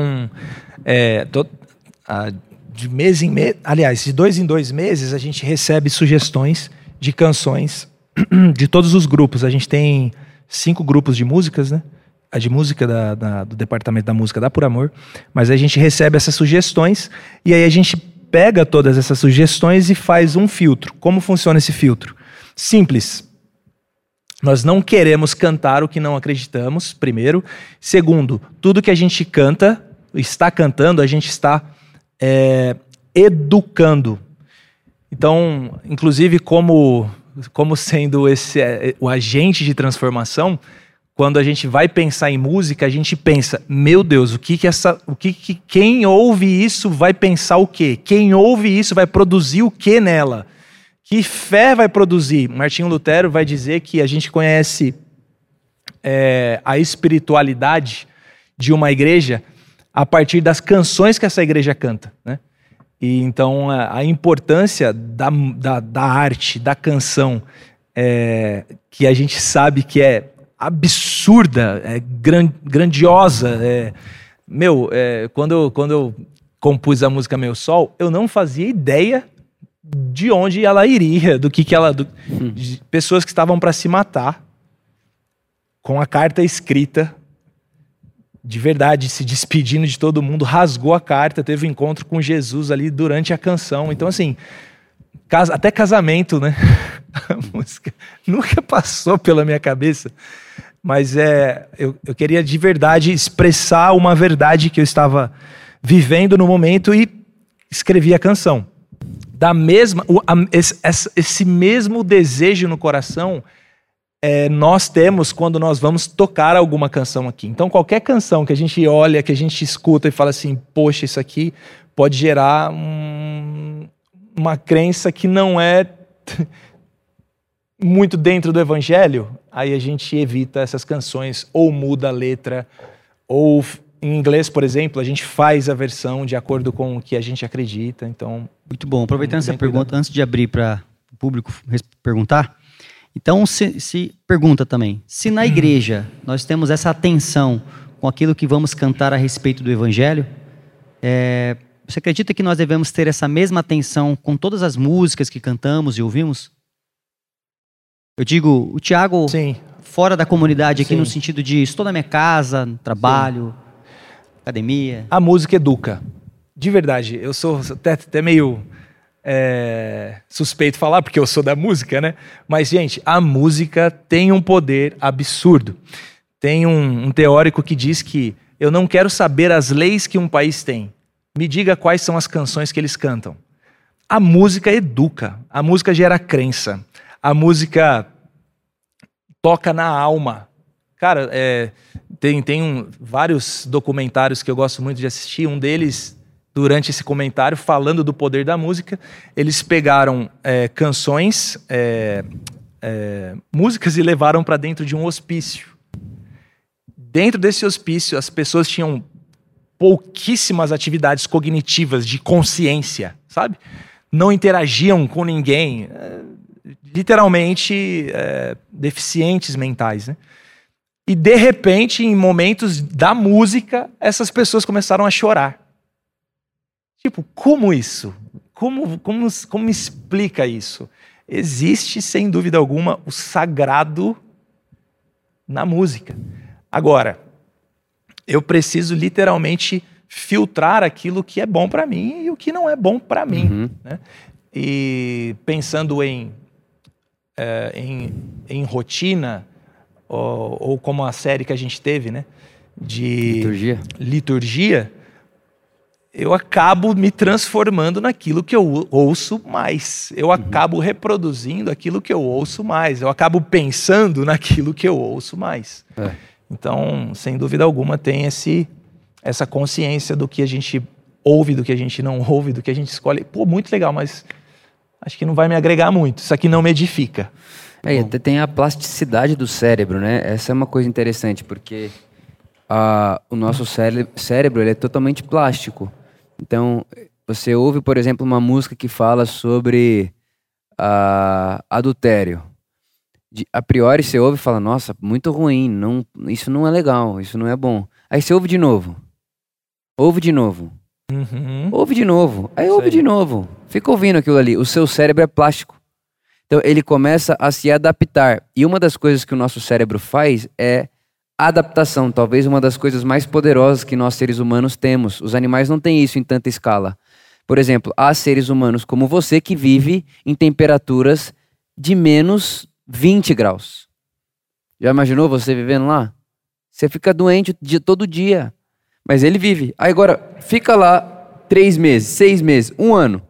de mês em mês, aliás, de 2 em 2 meses, a gente recebe sugestões de canções de todos os grupos. A gente tem 5 grupos de músicas, né? A de música do Departamento da Música da Por Amor. Mas a gente recebe essas sugestões e aí a gente pega todas essas sugestões e faz um filtro. Como funciona esse filtro? Simples. Nós não queremos cantar o que não acreditamos, primeiro. Segundo, tudo que a gente está cantando, a gente está educando. Então, inclusive, como sendo o agente de transformação, quando a gente vai pensar em música, a gente pensa, meu Deus, quem ouve isso vai pensar o quê? Quem ouve isso vai produzir o quê nela? Que fé vai produzir? Martinho Lutero vai dizer que a gente conhece a espiritualidade de uma igreja a partir das canções que essa igreja canta, né? E então a importância da arte, da canção, que a gente sabe que é absurda, grandiosa. Quando eu compus a música Meu Sol, eu não fazia ideia de onde ela iria, de pessoas que estavam para se matar, com a carta escrita, de verdade, se despedindo de todo mundo, rasgou a carta, teve um encontro com Jesus ali durante a canção. Então, assim, até casamento, né? A música nunca passou pela minha cabeça, mas eu queria de verdade expressar uma verdade que eu estava vivendo no momento e escrevi a canção. Esse mesmo desejo no coração nós temos quando nós vamos tocar alguma canção aqui. Então, qualquer canção que a gente olha, que a gente escuta e fala assim, poxa, isso aqui pode gerar uma crença que não é muito dentro do evangelho, aí a gente evita essas canções, ou muda a letra, ou em inglês, por exemplo, a gente faz a versão de acordo com o que a gente acredita. Então, muito bom. Aproveitando essa pergunta, antes de abrir para o público perguntar, então se pergunta também, se na igreja nós temos essa atenção com aquilo que vamos cantar a respeito do evangelho, você acredita que nós devemos ter essa mesma atenção com todas as músicas que cantamos e ouvimos? Eu digo, o Thiago, sim, fora da comunidade aqui, sim, no sentido de estou na minha casa, no trabalho, sim, academia. A música educa. De verdade, eu sou até meio suspeito falar, porque eu sou da música, né? Mas, gente, a música tem um poder absurdo. Tem um teórico que diz que eu não quero saber as leis que um país tem. Me diga quais são as canções que eles cantam. A música educa, a música gera crença, a música toca na alma. Cara, tem vários documentários que eu gosto muito de assistir. Um deles, durante esse comentário, falando do poder da música, eles pegaram canções, músicas e levaram para dentro de um hospício. Dentro desse hospício, as pessoas tinham pouquíssimas atividades cognitivas de consciência, sabe? Não interagiam com ninguém, literalmente deficientes mentais, né? E de repente, em momentos da música, essas pessoas começaram a chorar. Tipo, como isso? Como me explica isso? Existe, sem dúvida alguma, o sagrado na música. Agora, eu preciso literalmente filtrar aquilo que é bom para mim e o que não é bom para mim, né? E pensando em rotina, ou como a série que a gente teve, né, de liturgia, eu acabo me transformando naquilo que eu ouço mais. Eu acabo reproduzindo aquilo que eu ouço mais. Eu acabo pensando naquilo que eu ouço mais. Então, sem dúvida alguma, tem essa consciência do que a gente ouve, do que a gente não ouve, do que a gente escolhe. Pô, muito legal, mas acho que não vai me agregar muito. Isso aqui não me edifica. Tem a plasticidade do cérebro, né? Essa é uma coisa interessante, porque o nosso cérebro ele é totalmente plástico. Então, você ouve, por exemplo, uma música que fala sobre adultério. A priori você ouve e fala, nossa, muito ruim, isso não é legal, isso não é bom. Aí você ouve de novo. Ouve de novo. Ouve de novo. Aí ouve de novo. Fica ouvindo aquilo ali. O seu cérebro é plástico. Então ele começa a se adaptar. E uma das coisas que o nosso cérebro faz é adaptação. Talvez uma das coisas mais poderosas que nós seres humanos temos. Os animais não têm isso em tanta escala. Por exemplo, há seres humanos como você que vive em temperaturas de menos 20 graus. Já imaginou você vivendo lá? Você fica doente todo dia. Mas ele vive. Aí agora, fica lá 3 meses, 6 meses, 1 ano.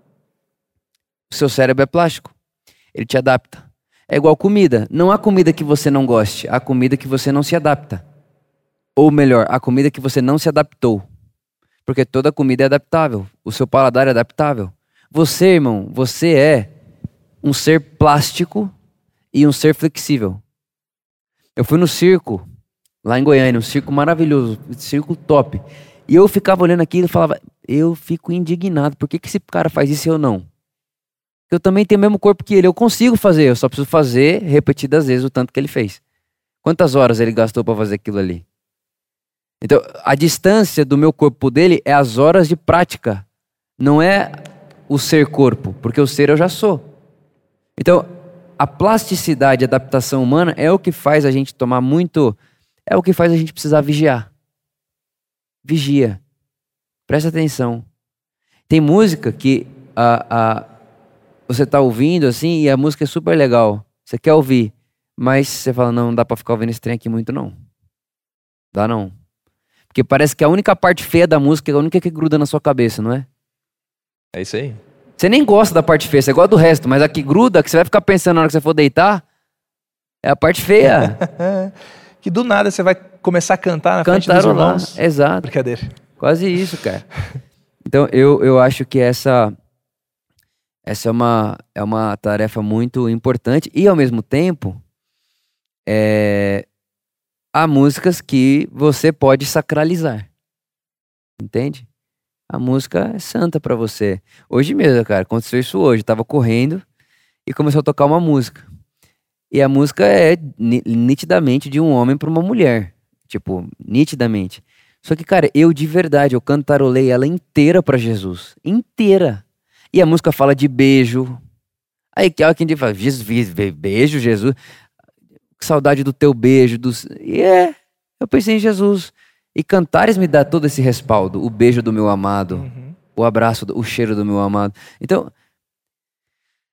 O seu cérebro é plástico. Ele te adapta. É igual comida. Não há comida que você não goste. Há comida que você não se adapta. Ou melhor, há comida que você não se adaptou. Porque toda comida é adaptável. O seu paladar é adaptável. Você, irmão, você é um ser plástico e um ser flexível. Eu fui no circo, lá em Goiânia, um circo maravilhoso, um circo top. E eu ficava olhando aquilo e falava, eu fico indignado, por que esse cara faz isso e eu não? Eu também tenho o mesmo corpo que ele, eu consigo fazer, eu só preciso fazer repetidas vezes o tanto que ele fez. Quantas horas ele gastou para fazer aquilo ali? Então, a distância do meu corpo dele é as horas de prática, não é o ser corpo, porque o ser eu já sou. Então, a plasticidade, a adaptação humana é o que faz a gente tomar muito, é o que faz a gente precisar vigiar. Vigia. Presta atenção. Tem música que você tá ouvindo assim e a música é super legal. Você quer ouvir, mas você fala, não dá pra ficar ouvindo esse trem aqui muito não. Dá não. Porque parece que a única parte feia da música é a única que gruda na sua cabeça, não é? É isso aí. Você nem gosta da parte feia, você gosta do resto, mas a que gruda, que você vai ficar pensando na hora que você for deitar, é a parte feia. Que do nada você vai começar a cantar na frente dos irmãos. Exato. Brincadeira. Quase isso, cara. Então, eu acho que essa é uma tarefa muito importante e, ao mesmo tempo, há músicas que você pode sacralizar. Entende? A música é santa pra você. Hoje mesmo, cara, aconteceu isso hoje. Eu tava correndo e começou a tocar uma música. E a música é nitidamente de um homem pra uma mulher. Tipo, nitidamente. Só que, cara, eu de verdade, eu cantarolei ela inteira pra Jesus. Inteira. E a música fala de beijo. Aí quem diz, fala, beijo, Jesus. Que saudade do teu beijo. Eu pensei em Jesus. E Cantares me dá todo esse respaldo. O beijo do meu amado. O abraço, o cheiro do meu amado. Então,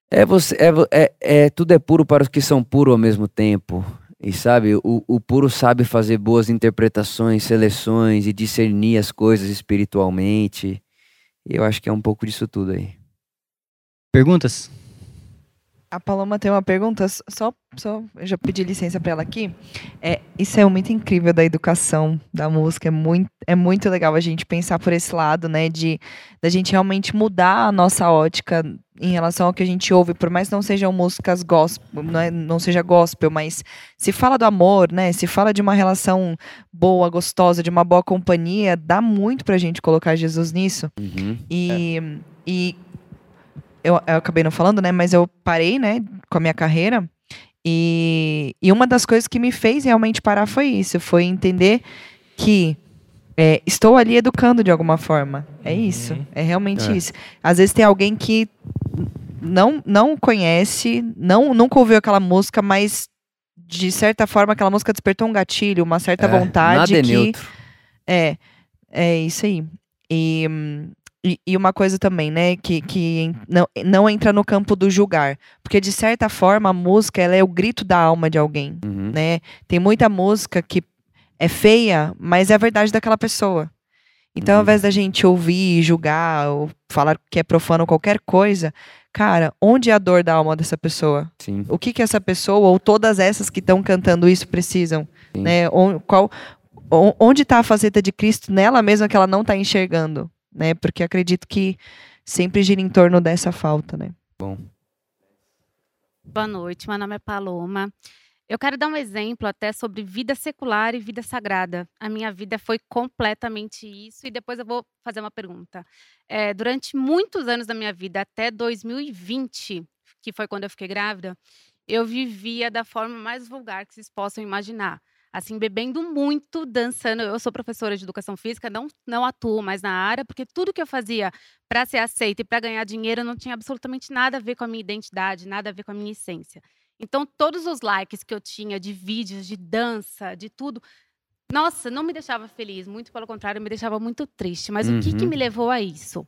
Tudo é puro para os que são puros ao mesmo tempo. E sabe, o puro sabe fazer boas interpretações, seleções e discernir as coisas espiritualmente. E eu acho que é um pouco disso tudo aí. Perguntas? A Paloma tem uma pergunta, eu já pedi licença para ela aqui. Isso é muito incrível da educação, da música, é muito legal a gente pensar por esse lado, né, da gente realmente mudar a nossa ótica em relação ao que a gente ouve, por mais que não sejam músicas gospel, não seja gospel, mas se fala do amor, né, se fala de uma relação boa, gostosa, de uma boa companhia, dá muito pra gente colocar Jesus nisso. E eu acabei não falando, né? Mas eu parei, né, com a minha carreira. E uma das coisas que me fez realmente parar foi isso. Foi entender que estou ali educando de alguma forma. É isso. É realmente isso. Às vezes tem alguém que não conhece, nunca ouviu aquela música, mas de certa forma aquela música despertou um gatilho, uma certa vontade. Nada é neutro. É isso aí. E uma coisa também, né, que não entra no campo do julgar. Porque, de certa forma, a música ela é o grito da alma de alguém. Né? Tem muita música que é feia, mas é a verdade daquela pessoa. Então, ao invés da gente ouvir, julgar, ou falar que é profano qualquer coisa, cara, onde é a dor da alma dessa pessoa? Sim. O que essa pessoa, ou todas essas que estão cantando isso, precisam? Né? Onde está a faceta de Cristo nela mesma que ela não está enxergando? Né? Porque acredito que sempre gira em torno dessa falta, né? Bom. Boa noite, meu nome é Paloma. Eu quero dar um exemplo até sobre vida secular e vida sagrada. A minha vida foi completamente isso e depois eu vou fazer uma pergunta. Durante muitos anos da minha vida, até 2020, que foi quando eu fiquei grávida, eu vivia da forma mais vulgar que vocês possam imaginar. Assim, bebendo muito, dançando. Eu sou professora de educação física, não atuo mais na área, porque tudo que eu fazia para ser aceita e para ganhar dinheiro não tinha absolutamente nada a ver com a minha identidade, nada a ver com a minha essência. Então, todos os likes que eu tinha de vídeos, de dança, de tudo, nossa, não me deixava feliz. Muito pelo contrário, me deixava muito triste. Mas o que me levou a isso?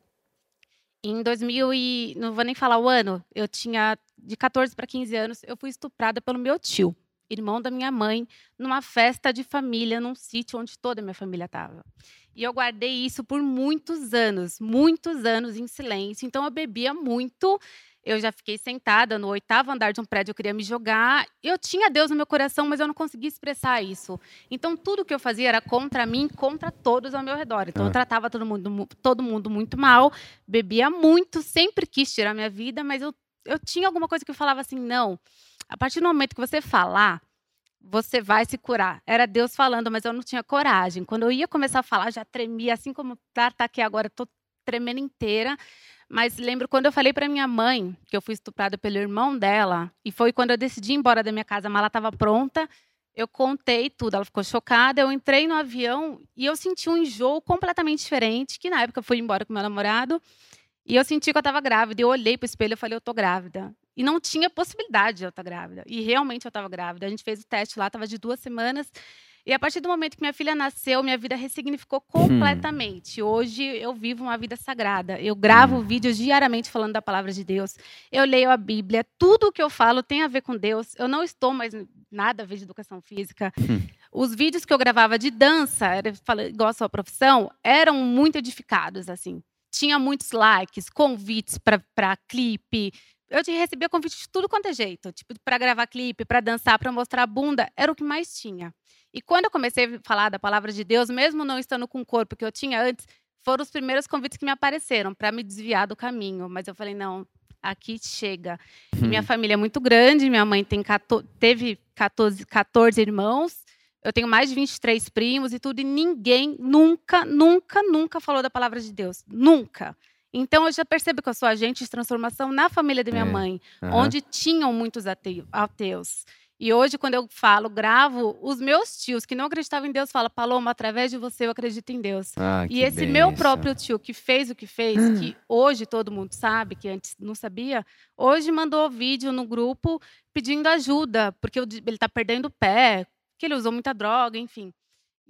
Em 2000 não vou nem falar o ano, eu tinha de 14 para 15 anos, eu fui estuprada pelo meu tio, irmão da minha mãe, numa festa de família, num sítio onde toda a minha família estava. E eu guardei isso por muitos anos em silêncio. Então, eu bebia muito. Eu já fiquei sentada no 8º andar de um prédio, eu queria me jogar. Eu tinha Deus no meu coração, mas eu não conseguia expressar isso. Então, tudo que eu fazia era contra mim, contra todos ao meu redor. Então, eu tratava todo mundo muito mal, bebia muito, sempre quis tirar minha vida, mas eu tinha alguma coisa que eu falava assim, não, a partir do momento que você falar, você vai se curar. Era Deus falando, mas eu não tinha coragem. Quando eu ia começar a falar, já tremia, assim como tá aqui agora, estou tremendo inteira. Mas lembro quando eu falei para minha mãe que eu fui estuprada pelo irmão dela, e foi quando eu decidi ir embora da minha casa, a mala estava pronta, eu contei tudo, ela ficou chocada, eu entrei no avião e eu senti um enjoo completamente diferente, que na época eu fui embora com meu namorado, e eu senti que eu estava grávida, eu olhei para o espelho e falei, eu estou grávida. E não tinha possibilidade de eu estar grávida, e realmente eu estava grávida. A gente fez o teste lá, estava de 2 semanas, e a partir do momento que minha filha nasceu, minha vida ressignificou completamente. Hoje eu vivo uma vida sagrada. Eu gravo vídeos diariamente falando da palavra de Deus. Eu leio a Bíblia. Tudo o que eu falo tem a ver com Deus. Eu não estou mais nada a ver de educação física. Os vídeos que eu gravava de dança, igual a sua profissão, eram muito edificados, assim. Tinha muitos likes, convites para clipe. Eu recebia convite de tudo quanto é jeito. Tipo, para gravar clipe, para dançar, para mostrar a bunda. Era o que mais tinha. E quando eu comecei a falar da palavra de Deus, mesmo não estando com o corpo que eu tinha antes, foram os primeiros convites que me apareceram para me desviar do caminho. Mas eu falei, não, aqui chega. E minha família é muito grande, minha mãe teve 14 irmãos, eu tenho mais de 23 primos e tudo, e ninguém nunca falou da palavra de Deus. Nunca. Então, eu já percebo que eu sou agente de transformação na família da minha mãe, onde tinham muitos ateus. E hoje, quando eu gravo, os meus tios que não acreditavam em Deus falam, Paloma, através de você eu acredito em Deus. E esse meu próprio tio que fez o que fez, que hoje todo mundo sabe, que antes não sabia, hoje mandou vídeo no grupo pedindo ajuda, porque ele está perdendo o pé, que ele usou muita droga, enfim.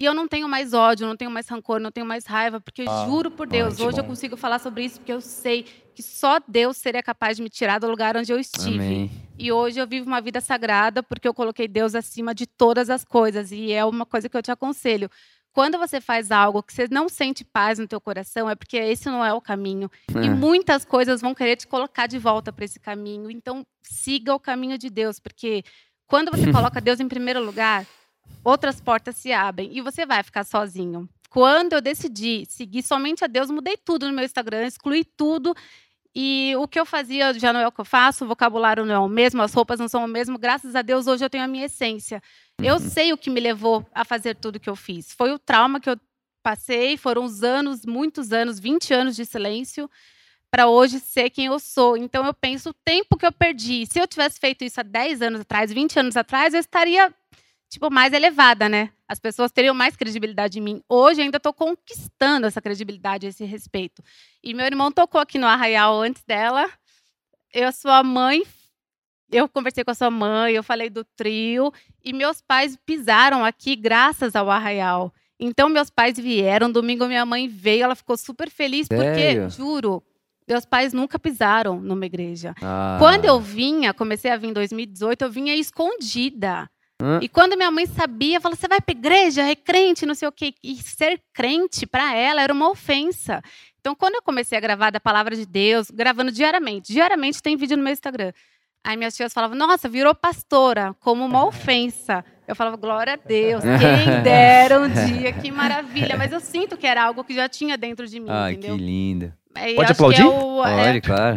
E eu não tenho mais ódio, não tenho mais rancor, não tenho mais raiva, porque juro por Deus, ótimo. hoje eu consigo falar sobre isso, porque eu sei que só Deus seria capaz de me tirar do lugar onde eu estive. Amém. E hoje eu vivo uma vida sagrada, porque eu coloquei Deus acima de todas as coisas. E é uma coisa que eu te aconselho. Quando você faz algo que você não sente paz no teu coração, é porque esse não é o caminho. E muitas coisas vão querer te colocar de volta para esse caminho. Então, siga o caminho de Deus, porque quando você coloca Deus em primeiro lugar, outras portas se abrem e você vai ficar sozinho. Quando eu decidi seguir somente a Deus, mudei tudo no meu Instagram, excluí tudo. E o que eu fazia já não é o que eu faço, o vocabulário não é o mesmo, as roupas não são o mesmo. Graças a Deus, hoje eu tenho a minha essência. Eu sei o que me levou a fazer tudo que eu fiz. Foi o trauma que eu passei, foram os anos, muitos anos, 20 anos de silêncio, para hoje ser quem eu sou. Então, eu penso o tempo que eu perdi. Se eu tivesse feito isso há 10 anos atrás, 20 anos atrás, eu estaria mais elevada, né? As pessoas teriam mais credibilidade em mim. Hoje ainda estou conquistando essa credibilidade, esse respeito. E meu irmão tocou aqui no Arraial antes dela. Eu sou a mãe, eu conversei com a sua mãe, eu falei do trio, e meus pais pisaram aqui graças ao Arraial. Então, meus pais vieram, domingo minha mãe veio, ela ficou super feliz, Sério? porque, juro, meus pais nunca pisaram numa igreja. Ah. Quando eu vinha, comecei a vir em 2018, eu vinha escondida. E quando minha mãe sabia, falou, você vai para igreja, é crente, não sei o quê. E ser crente, para ela, era uma ofensa. Então, quando eu comecei a gravar da Palavra de Deus, gravando diariamente tem vídeo no meu Instagram. Aí minhas tias falavam, nossa, virou pastora, como uma ofensa. Eu falava, glória a Deus, quem dera um dia, que maravilha. Mas eu sinto que era algo que já tinha dentro de mim, Ai, entendeu? que lindo. Aí, Pode acho que aplaudir? Pode, claro.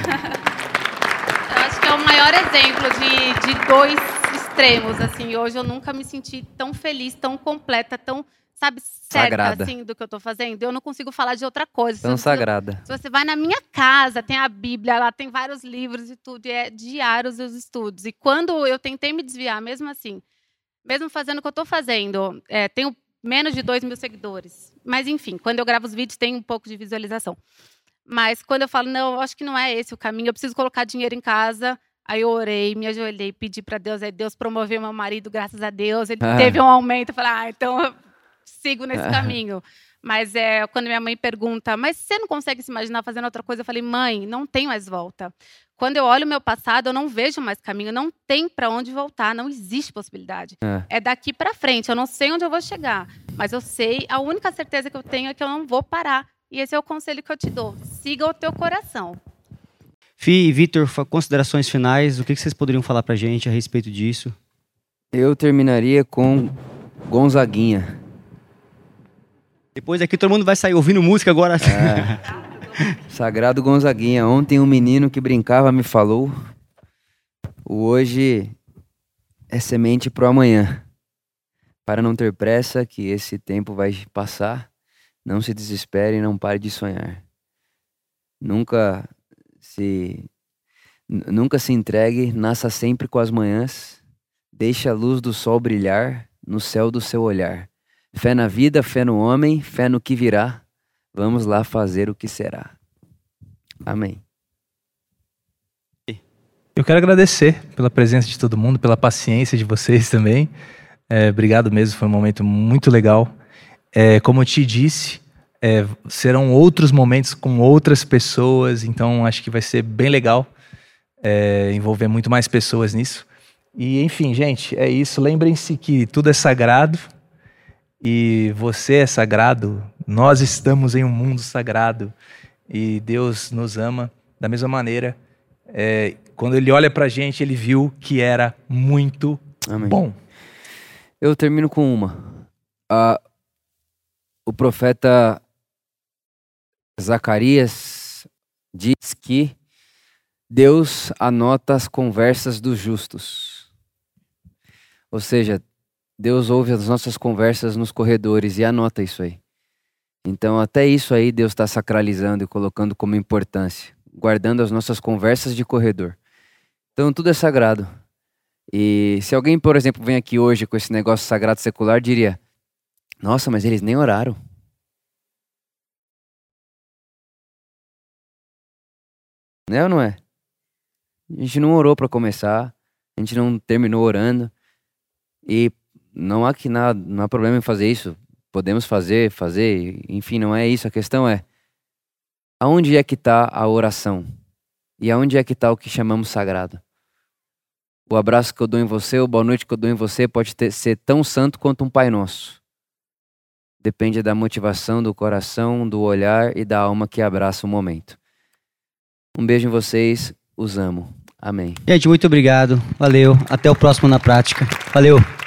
Eu acho que é o maior exemplo de dois extremos, assim. Hoje eu nunca me senti tão feliz, tão completa, tão, sabe, certa, Sagrada. assim, do que eu tô fazendo. Eu não consigo falar de outra coisa. Tão sagrada. Se você vai na minha casa, tem a Bíblia, lá tem vários livros e tudo, e é diários os estudos. E quando eu tentei me desviar, mesmo assim, mesmo fazendo o que eu tô fazendo, tenho menos de 2.000 seguidores. Mas, enfim, quando eu gravo os vídeos, tem um pouco de visualização. Mas quando eu falo, não, eu acho que não é esse o caminho, eu preciso colocar dinheiro em casa. Aí eu orei, me ajoelhei, pedi para Deus, aí Deus promoveu meu marido, graças a Deus, ele teve um aumento, eu falei, então eu sigo nesse caminho. Mas quando minha mãe pergunta, mas você não consegue se imaginar fazendo outra coisa? Eu falei, mãe, não tem mais volta. Quando eu olho o meu passado, eu não vejo mais caminho, não tem para onde voltar, não existe possibilidade. É daqui para frente, eu não sei onde eu vou chegar, mas eu sei, a única certeza que eu tenho é que eu não vou parar. E esse é o conselho que eu te dou, siga o teu coração. Fih e Vitor, considerações finais, o que vocês poderiam falar pra gente a respeito disso? Eu terminaria com Gonzaguinha. Depois aqui todo mundo vai sair ouvindo música agora. Sagrado Gonzaguinha. Ontem um menino que brincava me falou, o hoje é semente pro amanhã. Para não ter pressa, que esse tempo vai passar, não se desespere e não pare de sonhar. Nunca se entregue, nasça sempre com as manhãs, deixe a luz do sol brilhar no céu do seu olhar. Fé na vida, fé no homem, fé no que virá, vamos lá fazer o que será. Amém. Eu quero agradecer pela presença de todo mundo, pela paciência de vocês também. Obrigado mesmo, foi um momento muito legal. Como eu te disse, serão outros momentos com outras pessoas, então acho que vai ser bem legal envolver muito mais pessoas nisso. E enfim, gente, é isso. Lembrem-se que tudo é sagrado e você é sagrado. Nós estamos em um mundo sagrado e Deus nos ama da mesma maneira. Quando Ele olha pra gente, Ele viu que era muito Amém. bom. Eu termino com uma. O profeta Zacarias diz que Deus anota as conversas dos justos. Ou seja, Deus ouve as nossas conversas nos corredores e anota isso aí. Então até isso aí Deus está sacralizando e colocando como importância, guardando as nossas conversas de corredor. Então tudo é sagrado. E se alguém, por exemplo, vem aqui hoje com esse negócio sagrado secular, diria, nossa, mas eles nem oraram. Né ou não é? A gente não orou para começar, a gente não terminou orando. E não há problema em fazer isso. Podemos fazer, enfim, não é isso. A questão é, aonde é que está a oração? E aonde é que está o que chamamos sagrado? O abraço que eu dou em você, o boa noite que eu dou em você pode ser tão santo quanto um Pai Nosso. Depende da motivação, do coração, do olhar e da alma que abraça o momento. Um beijo em vocês, os amo. Amém. Gente, muito obrigado. Valeu. Até o próximo Na Prática. Valeu.